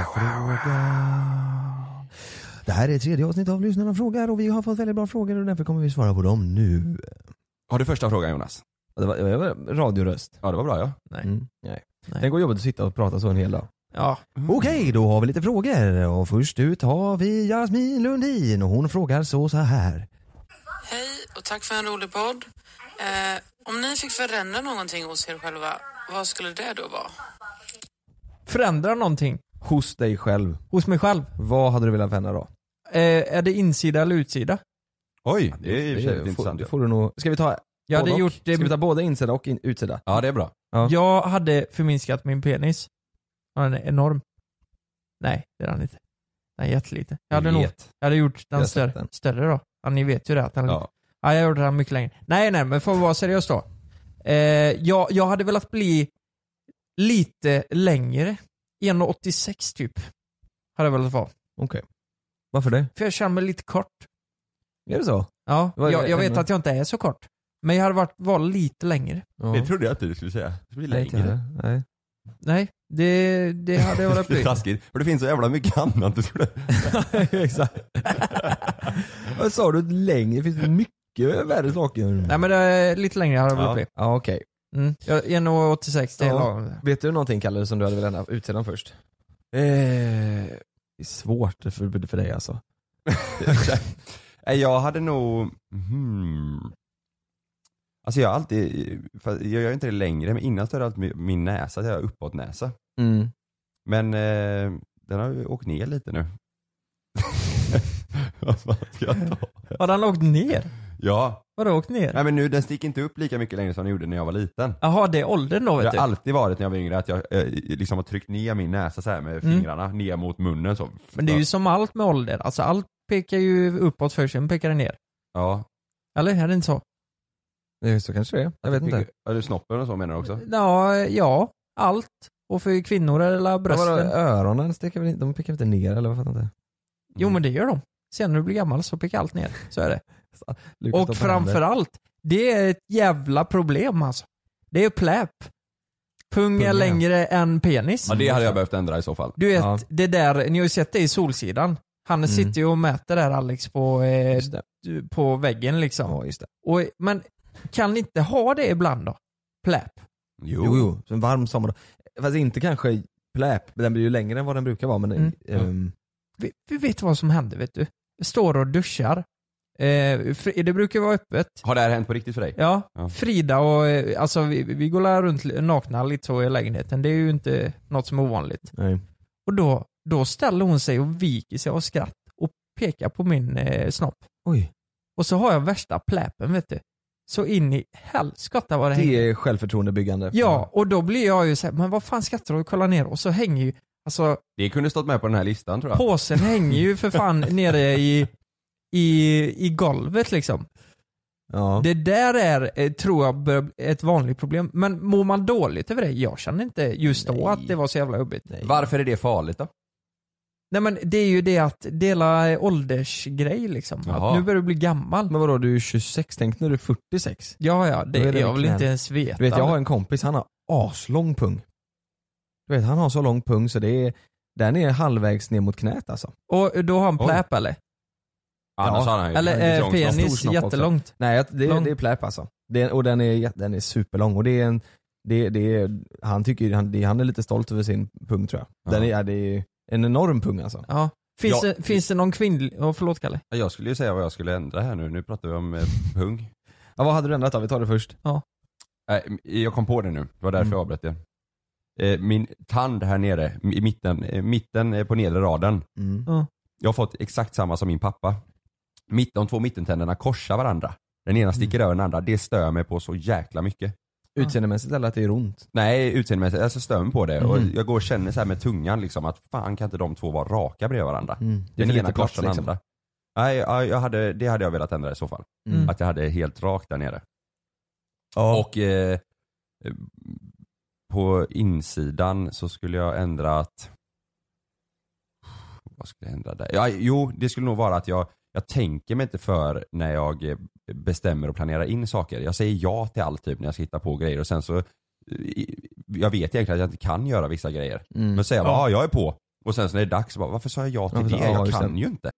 Det här är 3:e avsnitt av Lyssnarna frågar och vi har fått väldigt bra frågor och därför kommer vi svara på dem nu.
Har du första frågan, Jonas?
Det var radioröst.
Ja, det var bra, ja.
Nej. Det går jobbigt att sitta och prata så en hel dag.
Ja.
Okej, då har vi lite frågor och först ut har vi Jasmin Lundin och hon frågar så här.
Hej och tack för en rolig podd. Om ni fick förändra någonting hos er själva, vad skulle det då vara?
Förändra någonting?
Hos dig själv.
Hos mig själv?
Vad hade du velat förändra då?
Är det insida eller utsida?
Oj, det är ju intressant.
Det får du nog... Ska vi ta... Ska vi ta både insida och utsida?
Ja, det är bra.
Ja. Jag hade förminskat min penis. Den är enorm. Nej, det är den inte. Den är jättelite. Jag hade gjort den större då. Ja, ni vet ju det. Att den jag gjorde den mycket längre. Nej, men för att vara seriös då. Jag hade velat bli lite längre. 1,86 typ. Hade jag velat vara.
Okej. Varför det?
För jag känner mig lite kort.
Är det så?
Ja, jag vet att jag inte är så kort. Men jag hade var lite längre.
Ja. Det trodde jag att du skulle säga. Det blir längre.
Nej, det hade jag velat bli.
Det är taskigt. För det finns så jävla mycket annat. Du tror det.
Exakt. Vad sa du? Längre? Det finns mycket värre saker.
Nej, men det är lite längre hade jag velat bli.
Ja, okej.
1,86 det är lagom.
Vet du någonting, Kalle, som du hade velat ändra utsidan först? Det är svårt för dig alltså.
Jag hade nog... Alltså jag har alltid... Jag gör inte det längre, men innan så är det alltid min näsa. Jag har uppåt näsa. Men den har ju åkt ner lite nu. Vad ska jag ta?
Har den åkt ner?
Ja.
Vadå åkt ner?
Nej, men nu, den sticker inte upp lika mycket längre som den gjorde när jag var liten.
Jaha, det är åldern då, vet du?
Det har alltid varit när jag var yngre att jag liksom har tryckt ner min näsa så här med fingrarna ner mot munnen så.
Men det är ju som allt med ålder. Alltså allt pekar ju uppåt först, sen pekar det ner.
Ja.
Eller är det inte så?
Det är så kanske det är. Jag vet inte.
Är det snoppen och så menar du också?
Ja, allt. Och för kvinnor eller brösten.
Öronen sticker väl inte, de pekar inte ner eller vad fattar inte?
Jo, men det gör de. Sen när du blir gammal så pekar allt ner. Så är det. Och framförallt, det är ett jävla problem alltså. Det är pläp. Pung är längre än penis.
Ja, det hade jag behövt ändra i så fall.
Du vet, det där, ni har ju sett det i Solsidan. Han sitter ju och mäter där, Alex, på väggen liksom.
Ja, just det.
Men kan ni inte ha det ibland då? Pläp.
Jo. En varm sommar. Fast inte kanske pläp. Den blir ju längre än vad den brukar vara. Men,
vi vet vad som händer, vet du. Står och duschar. Det brukar vara öppet.
Har det här hänt på riktigt för dig?
Ja. Frida och alltså vi går runt nakna lite så i lägenheten. Det är ju inte något som är ovanligt.
Nej.
Och då ställer hon sig och viker sig av skratt och pekar på min snopp.
Oj.
Och så har jag värsta pläpen, vet du. Så in i helskotta vad det hänger.
Det är självförtroendebyggande.
Ja, och då blir jag ju så här, men vad fan skrattar du och kolla ner? Och så hänger ju, alltså...
Det kunde stått med på den här listan, tror jag.
Påsen hänger ju för fan nere i golvet liksom.
Ja.
Det där är, tror jag, ett vanligt problem. Men mår man dåligt över det? Jag känner inte just då att det var så jävla jobbigt.
Varför är det farligt då?
Nej, men det är ju det att dela åldersgrej liksom. Att nu börjar du bli gammal.
Men vadå, du är 26, tänk när du är 46.
Ja, det är jag vill inte ens veta.
Du vet, jag har en kompis, han har aslång pung. Du vet, han har så lång pung så den är halvvägs ner mot knät alltså.
Och då har han pläp eller?
Annars har han ju
eller penis jättelångt.
Också. Nej, det är pläp alltså. Och den är superlång och det är han är lite stolt över sin pung tror jag. Det är en enorm pung alltså.
Ja. Finns det någon kvinnlig... förlåt Kalle.
Jag skulle ju säga vad jag skulle ändra här nu. Nu pratar vi om pung.
Ja, vad hade du ändrat då? Vi tar det först.
Ja.
Jag kom på det nu. Det var därför jag avbröt det. Min tand här nere i mitten på nedre raden. Jag har fått exakt samma som min pappa. De två mittentänderna korsar varandra. Den ena sticker över den andra. Det stör mig på så jäkla mycket.
Utseendemässigt eller att det är ont?
Nej, utseendemässigt. Jag stör mig på det. Och jag går och känner så här med tungan liksom, att fan kan inte de två vara raka bredvid varandra. Den ena korsar den andra. Nej, det hade jag velat ändra i så fall. Att jag hade helt rakt där nere.
Ja.
Och på insidan så skulle jag ändra att... Vad skulle jag ändra där? Det skulle nog vara att jag tänker mig inte för när jag bestämmer och planerar in saker. Jag säger ja till allt typ när jag ska hitta på grejer och sen så jag vet egentligen att jag inte kan göra vissa grejer. Men säger jag bara, jag är på. Och sen så när det är dags så bara, varför sa jag ja till det? Jag kan ju inte.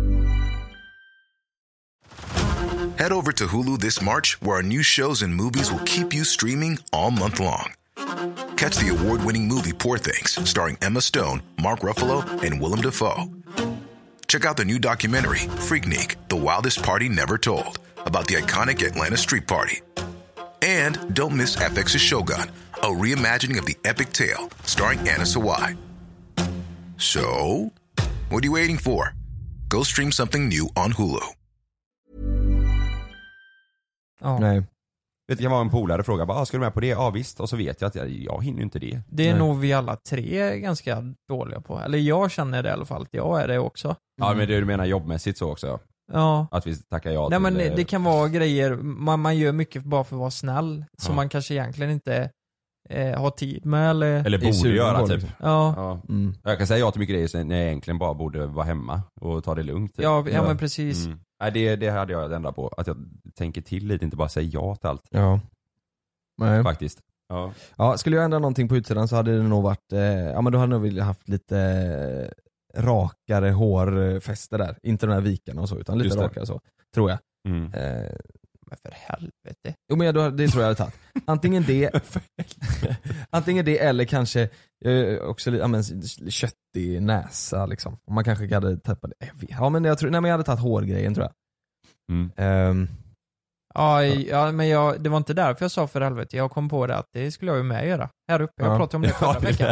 Head over to Hulu this March, where our new shows and movies will keep you streaming all month long. Catch the award-winning movie Poor Things, starring Emma Stone, Mark Ruffalo, and Willem Dafoe. Check out the new documentary, Freaknik, The Wildest Party Never Told, about the iconic Atlanta street party. And don't miss FX's Shogun, a reimagining of the epic tale, starring Anna Sawai. So, what are you waiting for? Go stream something new on Hulu.
Nej.
Det kan vara en polare fråga, bara, ska du med på det? Ja visst, och så vet jag att jag hinner inte det.
Det är nog vi alla tre ganska dåliga på. Eller jag känner det i alla fall, att jag är det också.
Ja, men det du menar jobbmässigt så också?
Ja.
Att vi tackar ja
Nej,
till...
men det kan vara grejer, man gör mycket bara för att vara snäll, som man kanske egentligen inte har tid med.
Eller borde göra typ.
Ja.
Jag kan säga ja till mycket grejer när jag egentligen bara borde vara hemma och ta det lugnt. Typ.
Ja, men precis.
Nej, det hade jag ändrat på. Att jag tänker till lite, inte bara säga ja till allt.
Ja. Nej.
Faktiskt.
Ja, skulle jag ändra någonting på utsidan så hade det nog varit, men då hade jag nog velat haft lite rakare hårfäste där. Inte de här vikarna och så, utan lite rakare så, tror jag.
Men för helvete.
Jo, men det tror jag hade tagit. Antingen det eller kanske också köttig näsa liksom. Om man kanske hade tappat det. Ja, men jag hade tagit hårgrejen tror jag.
Ja, men det var inte därför jag sa för helvete. Jag kom på det att det skulle jag ju med göra. Här uppe, jag pratade om det förra veckan.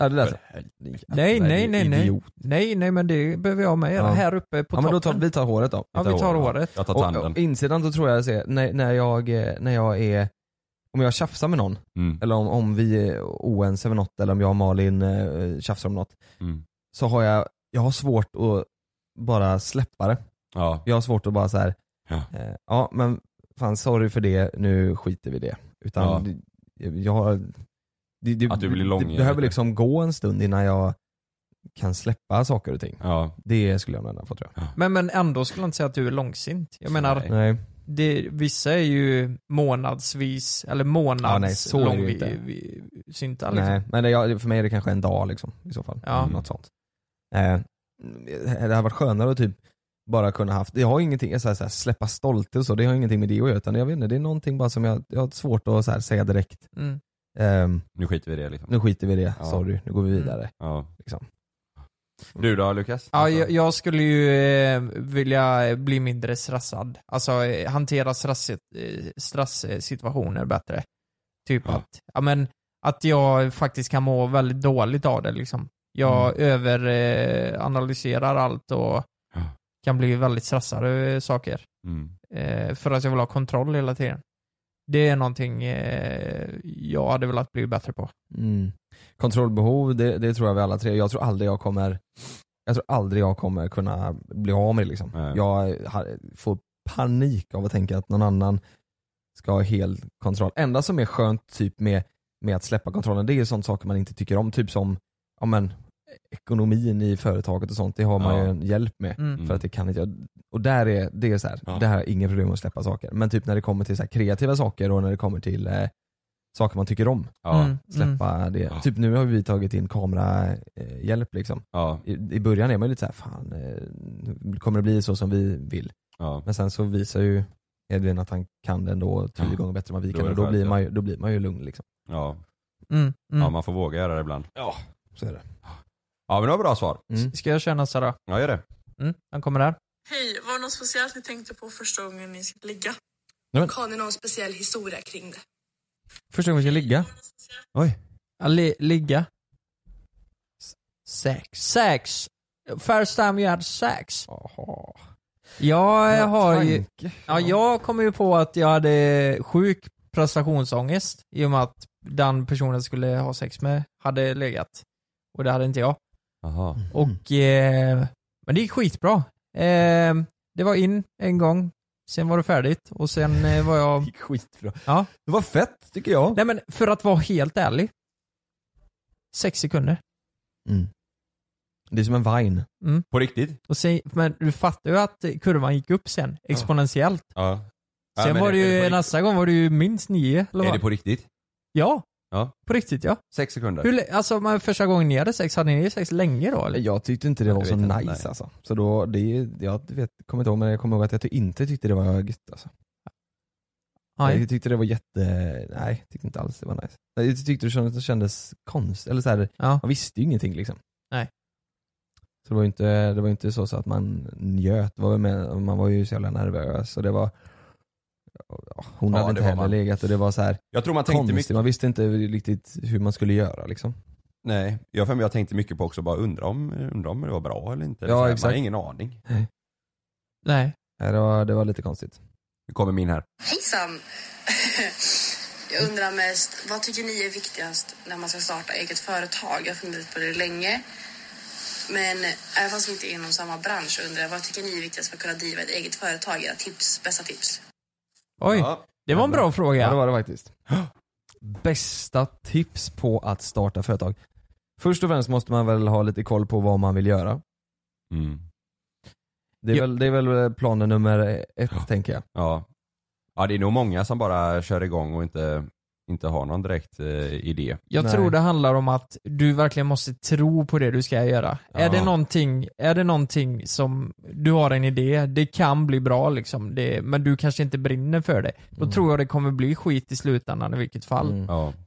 Nej, men det behöver jag med göra. Här uppe på toppen.
Men vi tar håret då.
Ja, vi tar håret.
Jag tar tanden.
Och insidan så tror jag när jag är, om jag tjafsar med någon, eller om vi är oense med något, eller om jag och Malin tjafsar om något, så har jag har svårt att bara släppa det.
Ja.
Jag har svårt att bara så här. Men fan, sorry för det, nu skiter vi det. Utan jag har
att du blir lång.
Det behöver liksom gå en stund innan jag kan släppa saker och ting. Det skulle jag nog få, tror jag.
Men ändå skulle jag inte säga att du är långsint. Jag menar,
nej.
Vissa är ju månadsvis eller månadslångsynta.
Nej, men för mig är det kanske en dag liksom, i så fall. Något sånt. Det har varit skönare att typ bara kunna haft, det har ingenting så här, släppa stolt och så, det har ingenting med det att göra, utan jag vet inte, det är någonting bara som jag har svårt att så här, säga direkt.
Nu skiter vi i det liksom.
Nu skiter vi i det, sorry, nu går vi vidare. Liksom.
Du då, Lukas?
Ja, jag skulle ju vilja bli mindre stressad. Alltså hantera stresssituationer bättre. Typ att jag faktiskt kan må väldigt dåligt av det liksom. Jag överanalyserar allt och kan bli väldigt stressad över saker. För att jag vill ha kontroll hela tiden. Det är någonting jag hade velat bli bättre på.
Kontrollbehov, det tror jag vi alla tre. Jag tror aldrig jag kommer kunna bli av med det liksom. Jag får panik av att tänka att någon annan ska ha hel kontroll. Enda som är skönt typ med att släppa kontrollen, det är sånt saker man inte tycker om, typ som ekonomin i företaget och sånt, det har man ju en hjälp med för att det kan inte jag. Och där är det så här, det här är inga problem att släppa saker. Men typ när det kommer till så här kreativa saker och när det kommer till saker man tycker om, släppa det. Typ nu har vi tagit in kamerahjälp liksom. I början är man ju lite så här, fan, kommer det bli så som vi vill? Men sen så visar ju Edvin att han kan det ändå 10 gånger bättre än vad vi kan, och då blir man ju lugn liksom.
Ja, man får våga göra det ibland.
Ja, så är det.
Ja, men det var bra svar.
Ska jag köra nästa då?
Ja, gör det.
Han kommer där.
Hej, var det något speciellt ni tänkte på första gången ni skulle ligga? Har ni någon speciell historia kring det?
Första gången vi ska ligga? Oj.
Ligga? Sex. First time you had sex. Jag kom ju på att jag hade sjuk prestationsångest i och med att den personen jag skulle ha sex med hade legat. Och det hade inte jag. Och men det gick skitbra. Det var in en gång, sen var det färdigt och sen var jag...
Det gick skitbra.
Ja.
Det var fett tycker jag.
Nej, men för att vara helt ärlig, 6 sekunder.
Det är som en vine.
På riktigt?
Och sen, men du fattar ju att kurvan gick upp sen exponentiellt. Sen var det ju nästa gång var det ju minst 9 eller vad?
Är det på riktigt?
Ja. På riktigt, ja.
6 sekunder.
Alltså första gången ni hade sex, hade ni sex länge då eller?
Jag tyckte inte det var så nice alltså. Så då, jag kommer inte ihåg, men jag kommer ihåg att jag inte tyckte det var gött alltså. Jag tyckte det var nej, tyckte inte alls det var nice. Jag tyckte det kändes konstigt, eller så här, man visste ju ingenting liksom.
Nej.
Så det var inte så att man njöt, man var ju så jävla nervös och det var hon hade inte heller legat och det var så här. Jag tror man tänkte mycket. Man visste inte riktigt hur man skulle göra liksom.
Nej, jag tänkte mycket på också, bara undra om det var bra eller inte.
Ja,
exakt. Man har ingen aning.
Nej.
Det var lite konstigt.
Nu kommer min här.
Hejsan! Jag undrar mest, vad tycker ni är viktigast när man ska starta eget företag? Jag har funderat på det länge. Men även fast vi inte är inom samma bransch, undrar jag, vad tycker ni är viktigast för att kunna driva ett eget företag? Era tips, bästa tips.
Oj, det var en bra fråga.
Ja, det var det faktiskt. Bästa tips på att starta företag. Först och främst måste man väl ha lite koll på vad man vill göra. Det är väl planen nummer 1, tänker jag.
Ja, det är nog många som bara kör igång och inte har någon direkt idé.
Jag tror det handlar om att du verkligen måste tro på det du ska göra. Är det någonting som du har en idé, det kan bli bra liksom, men du kanske inte brinner för det. Då tror jag det kommer bli skit i slutändan i vilket fall.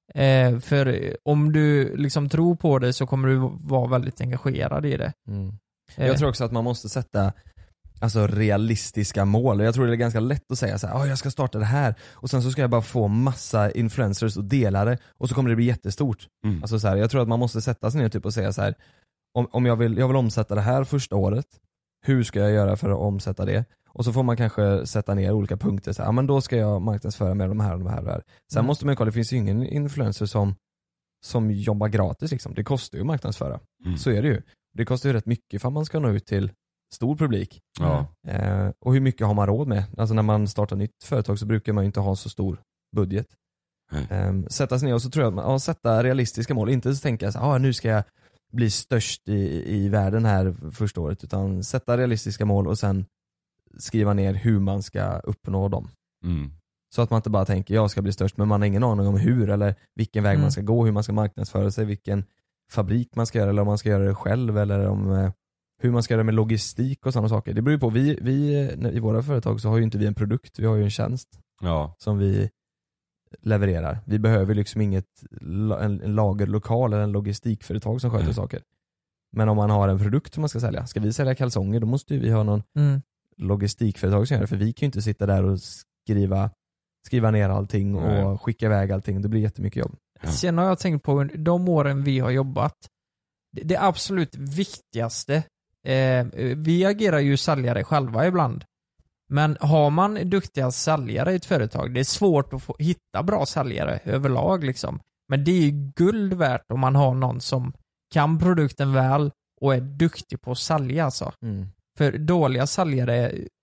För om du liksom tror på det så kommer du vara väldigt engagerad i det.
Jag tror också att man måste sätta realistiska mål. Jag tror det är ganska lätt att säga så här, jag ska starta det här och sen så ska jag bara få massa influencers och delare och så kommer det bli jättestort. Alltså så här, jag tror att man måste sätta sig ner typ och säga så här, om jag vill omsätta det här första året, hur ska jag göra för att omsätta det? Och så får man kanske sätta ner olika punkter så här, men då ska jag marknadsföra med de här och de här och de här. Sen måste man kolla, det finns ju ingen influencer som jobbar gratis liksom. Det kostar ju att marknadsföra. Så är det ju. Det kostar ju rätt mycket för att man ska nå ut till stor publik. Och hur mycket har man råd med? Alltså när man startar nytt företag så brukar man ju inte ha så stor budget. Sätta sig ner och så tror jag att man sätta realistiska mål. Inte så tänka så här, nu ska jag bli störst i världen här första året, utan sätta realistiska mål och sen skriva ner hur man ska uppnå dem. Så att man inte bara tänker jag ska bli störst, men man har ingen aning om hur eller vilken väg man ska gå, hur man ska marknadsföra sig, vilken fabrik man ska göra eller om man ska göra det själv eller om hur man ska göra med logistik och sådana saker. Det beror ju på, vi i våra företag så har ju inte vi en produkt, vi har ju en tjänst som vi levererar. Vi behöver liksom en lagerlokal eller en logistikföretag som sköter saker. Men om man har en produkt som man ska sälja, ska vi sälja kalsonger, då måste vi ha någon logistikföretag som gör det, för vi kan ju inte sitta där och skriva ner allting och skicka iväg allting, det blir jättemycket jobb.
Sen har jag tänkt på de åren vi har jobbat, det absolut viktigaste, vi agerar ju säljare själva ibland, men har man duktiga säljare i ett företag, det är svårt att hitta bra säljare överlag liksom. Men det är ju guld värt om man har någon som kan produkten väl och är duktig på att sälja alltså. För dåliga säljare,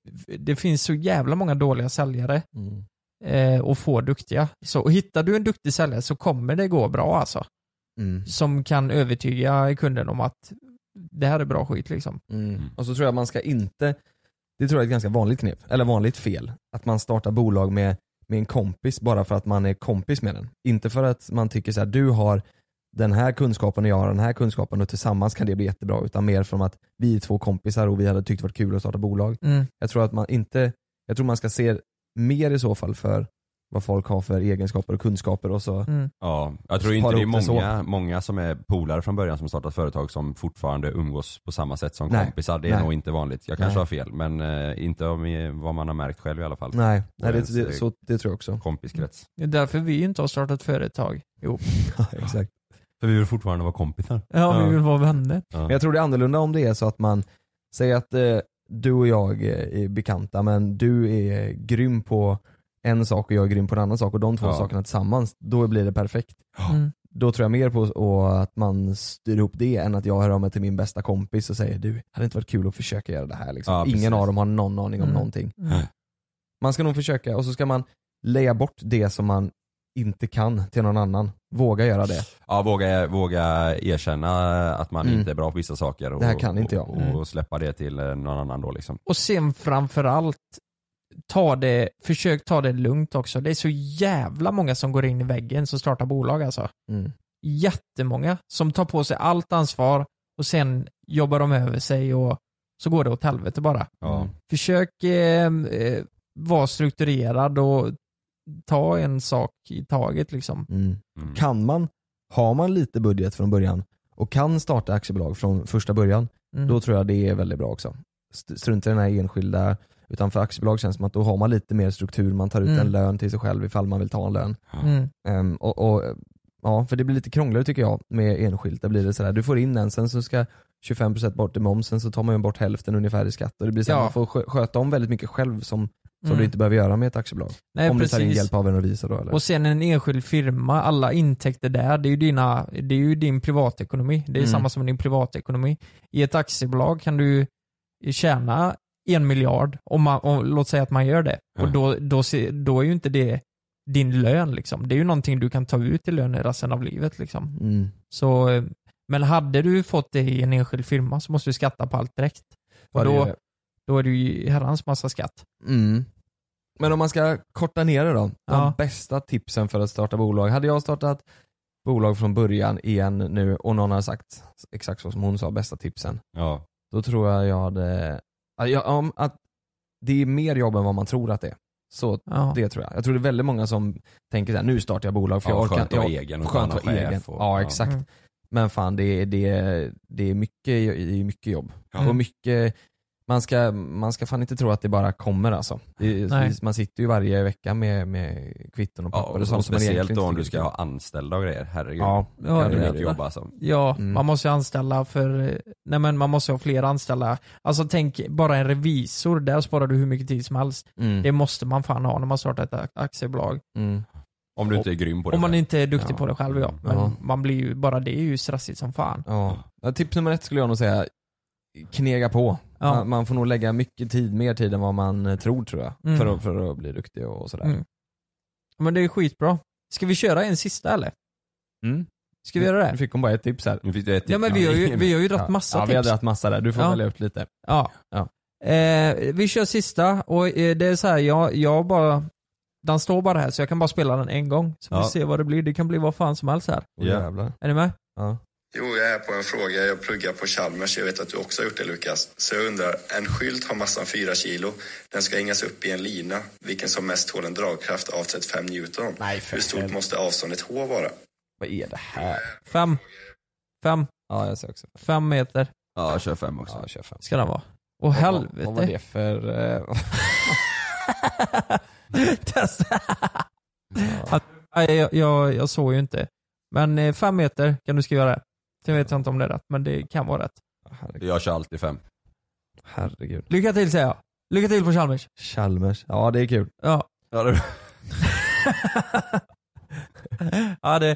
det finns så jävla många dåliga säljare och få duktiga. Så hittar du en duktig säljare så kommer det gå bra alltså. Som kan övertyga kunden om att det här är bra skit liksom.
Och så tror jag man ska inte, det tror jag är ett ganska vanligt knep, eller vanligt fel, att man startar bolag med en kompis bara för att man är kompis med den. Inte för att man tycker så här: du har den här kunskapen och jag har den här kunskapen och tillsammans kan det bli jättebra, utan mer från att vi är 2 kompisar och vi hade tyckt det var kul att starta bolag. Jag tror att man ska se mer i så fall för vad folk har för egenskaper och kunskaper och så.
Ja, jag tror inte det är många som är polare från början som startat företag som fortfarande umgås på samma sätt som kompisar. Det är nog inte vanligt. Jag kanske har fel, men inte vad man har märkt själv i alla fall.
Nej, det tror jag också.
Kompiskrets.
Det är därför vi inte har startat företag. Jo.
Exakt.
För vi vill fortfarande vara kompisar.
Ja, vi vill vara vänner.
Men jag tror det är annorlunda om det är så att man säger att du och jag är bekanta, men du är grym på en sak och jag är grym på en annan sak, och de 2 sakerna tillsammans, då blir det perfekt. Då tror jag mer på att man styr ihop det än att jag hör av mig till min bästa kompis och säger: du, hade det inte varit kul att försöka göra det här liksom. Ingen av dem har någon aning om någonting. Man ska nog försöka, och så ska man lägga bort det som man inte kan till någon annan. Våga göra det.
Ja, våga erkänna att man inte är bra på vissa saker och,
det här kan inte jag.
Och släppa det till någon annan då liksom.
Och sen framförallt försök ta det lugnt också. Det är så jävla många som går in i väggen som startar bolag alltså. Jättemånga som tar på sig allt ansvar och sen jobbar de över sig och så går det åt helvete bara. Försök vara strukturerad och ta en sak i taget liksom.
Har man lite budget från början och kan starta aktiebolag från första början, då tror jag det är väldigt bra också. Strunta i den här enskilda, utan för aktiebolag känns det som att då har man lite mer struktur, man tar ut en lön till sig själv ifall man vill ta en lön. Ja, för det blir lite krångligare tycker jag med enskilt. Där blir det sådär, du får in den, sen så ska 25% bort i momsen, så tar man ju bort hälften ungefär i skatt, och det blir så man får sköta om väldigt mycket själv som du inte behöver göra med ett aktiebolag.
Nej,
om
precis.
du tar in hjälp av en revisor då, eller? Och
sen en enskild firma, alla intäkter där, det är ju din privatekonomi. Det är samma som din privatekonomi. I ett aktiebolag kan du tjäna 1 miljard och låt säga att man gör det. Och då är ju inte det din lön liksom. Det är ju någonting du kan ta ut i lön i resten av livet liksom. Så, men hade du fått det i en enskild firma så måste du skatta på allt direkt. Och då är det ju herrans massa skatt.
Men om man ska korta ner det då, de bästa tipsen för att starta bolag. Hade jag startat bolag från början igen nu och någon har sagt exakt så som hon sa, bästa tipsen, då tror jag hade att det är mer jobb än vad man tror att det är. Så det tror jag. Jag tror det är väldigt många som tänker så här: nu startar jag bolag för jag orkar.
Skönt att vara egen och skönt att vara egen.
Ja, exakt. Men fan, det är mycket jobb. Och mycket, man ska fan inte tro att det bara kommer alltså. Man sitter ju varje vecka med kvitton och papper och sånt.
Speciellt då om du ska ha anställda och grejer. Herregud. Det är mycket jobb alltså.
Man måste anställa man måste ha fler anställda. Alltså tänk bara en revisor, där sparar du hur mycket tid som helst. Det måste man fan ha när man startar ett aktiebolag.
Om du inte är grym på det.
Om man inte är duktig på det själv, Men man blir ju, bara det är ju stressigt som fan.
Tips nummer 1 skulle jag nog säga: knega på. Man får nog lägga mycket tid, mer tid än vad man tror jag, för att bli duktig och sådär.
Men det är skitbra. Ska vi köra en sista eller? Ska vi göra det?
Nu fick hon bara ett tips här.
Ja, men vi har ju dragit massa tips.
Vi har dragit massa där, du får välja ut lite.
Vi kör sista, och det är så här, jag bara, den står bara här så jag kan bara spela den en gång, så vi ser vad det blir. Det kan bli vad fan som helst här. Är ni med?
Jo, jag är på en fråga. Jag pluggar på Chalmers. Jag vet att du också har gjort det, Lukas. Så jag undrar, en skylt har massan 4 kilo. Den ska hängas upp i en lina. Vilken som mest tål en dragkraft av 35 Newton. Hur stort måste avståndet H vara?
Vad är det här?
5.
Ja, jag ser också.
5 meter.
Ja, jag kör 5 också.
Ja, kör 5.
Ska den vara? Åh helvete.
Vad var det för...
Testa. Jag såg ju inte. Men 5 meter kan du skriva det. Sen vet jag inte om det är rätt, men det kan vara rätt.
Jag kör alltid 5.
Herregud.
Lycka till, säger jag. Lycka till på Chalmers.
Chalmers. Ja, det är kul.
Ja.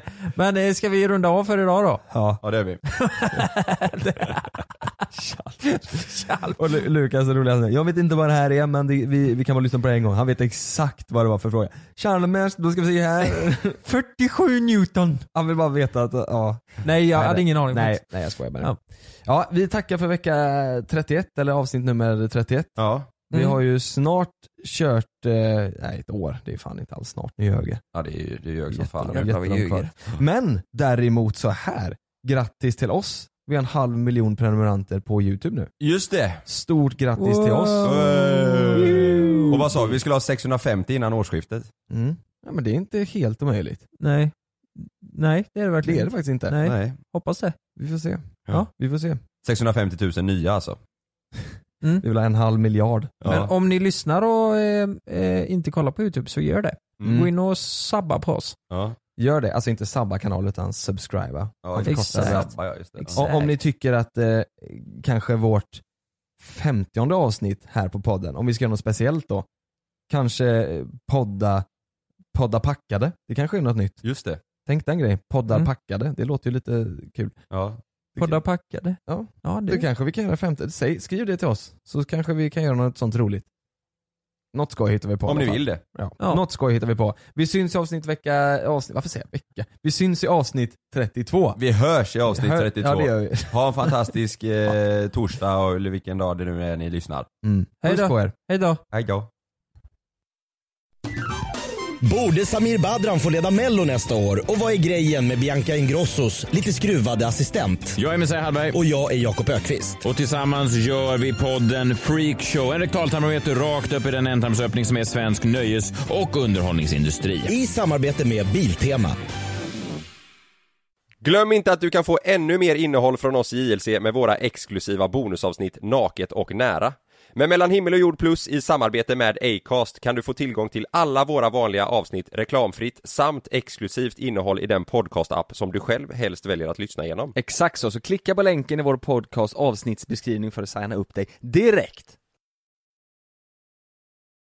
Men ska vi runda av för idag då?
Ja,
det är vi.
Och Lukas är rolig. Jag vet inte vad det här är, men vi kan bara lyssna på det en gång. Han vet exakt vad det var för fråga. Chalmers, då ska vi se här.
47 Newton.
Han vill bara veta att, ja.
Nej, jag hade ingen aning.
Nej, jag skojar bara. Ja, vi tackar för vecka 31, eller avsnitt nummer 31.
Ja.
Vi har ju snart kört, ett år, det är fan inte alls snart, ni ljög.
Ja, det ljög som fan.
Men däremot så här, grattis till oss. Vi har 500 000 prenumeranter på YouTube nu.
Just det.
Stort grattis till oss.
Och vad sa vi? Vi skulle ha 650 innan årsskiftet.
Ja, men det är inte helt omöjligt.
Nej, det är det verkligen.
Det är det faktiskt inte.
Nej. Hoppas det.
Vi får se.
Ja,
vi får se.
650 000 nya alltså.
Vi vill ha 500 000 000.
Men om ni lyssnar och inte kollar på YouTube, så gör det. Gå in och sabba på oss.
Ja.
Gör det, alltså inte sabba kanal utan subscriba.
Ja, exakt. Ja, just det.
Exakt. Om ni tycker att kanske vårt 50:e avsnitt här på podden, om vi ska göra något speciellt då, kanske podda packade. Det kanske är något nytt.
Just det.
Tänk den grejen, poddar packade. Det låter ju lite kul.
Ja.
Poddar packade.
Ja, det kanske vi kan göra 50. Skriv det till oss, så kanske vi kan göra något sånt roligt. Något skoj hittar vi på.
Om ni vill det.
Ja. Något skoj hittar vi på. Vi syns i avsnitt varför säger jag vecka? Vi syns i avsnitt 32.
Vi hörs i avsnitt 32.
Ja, det gör vi.
Ha en fantastisk torsdag eller vilken dag det nu är ni lyssnar.
Hej då.
Hej då.
Hej då.
Borde Samir Badran få leda Mello nästa år? Och vad är grejen med Bianca Ingrossos lite skruvade assistent?
Jag är Messiah Hallberg.
Och jag är Jakob Ökvist.
Och tillsammans gör vi podden Freak Show. En rektaltarmometer rakt upp i den ändtarmsöppning som är svensk nöjes- och underhållningsindustri.
I samarbete med Biltema.
Glöm inte att du kan få ännu mer innehåll från oss i JLC med våra exklusiva bonusavsnitt Naket och nära. Men Mellan himmel och jord plus i samarbete med Acast kan du få tillgång till alla våra vanliga avsnitt reklamfritt samt exklusivt innehåll i den podcast-app som du själv helst väljer att lyssna igenom.
Exakt så klicka på länken i vår podcast avsnittsbeskrivning för att signa upp dig direkt.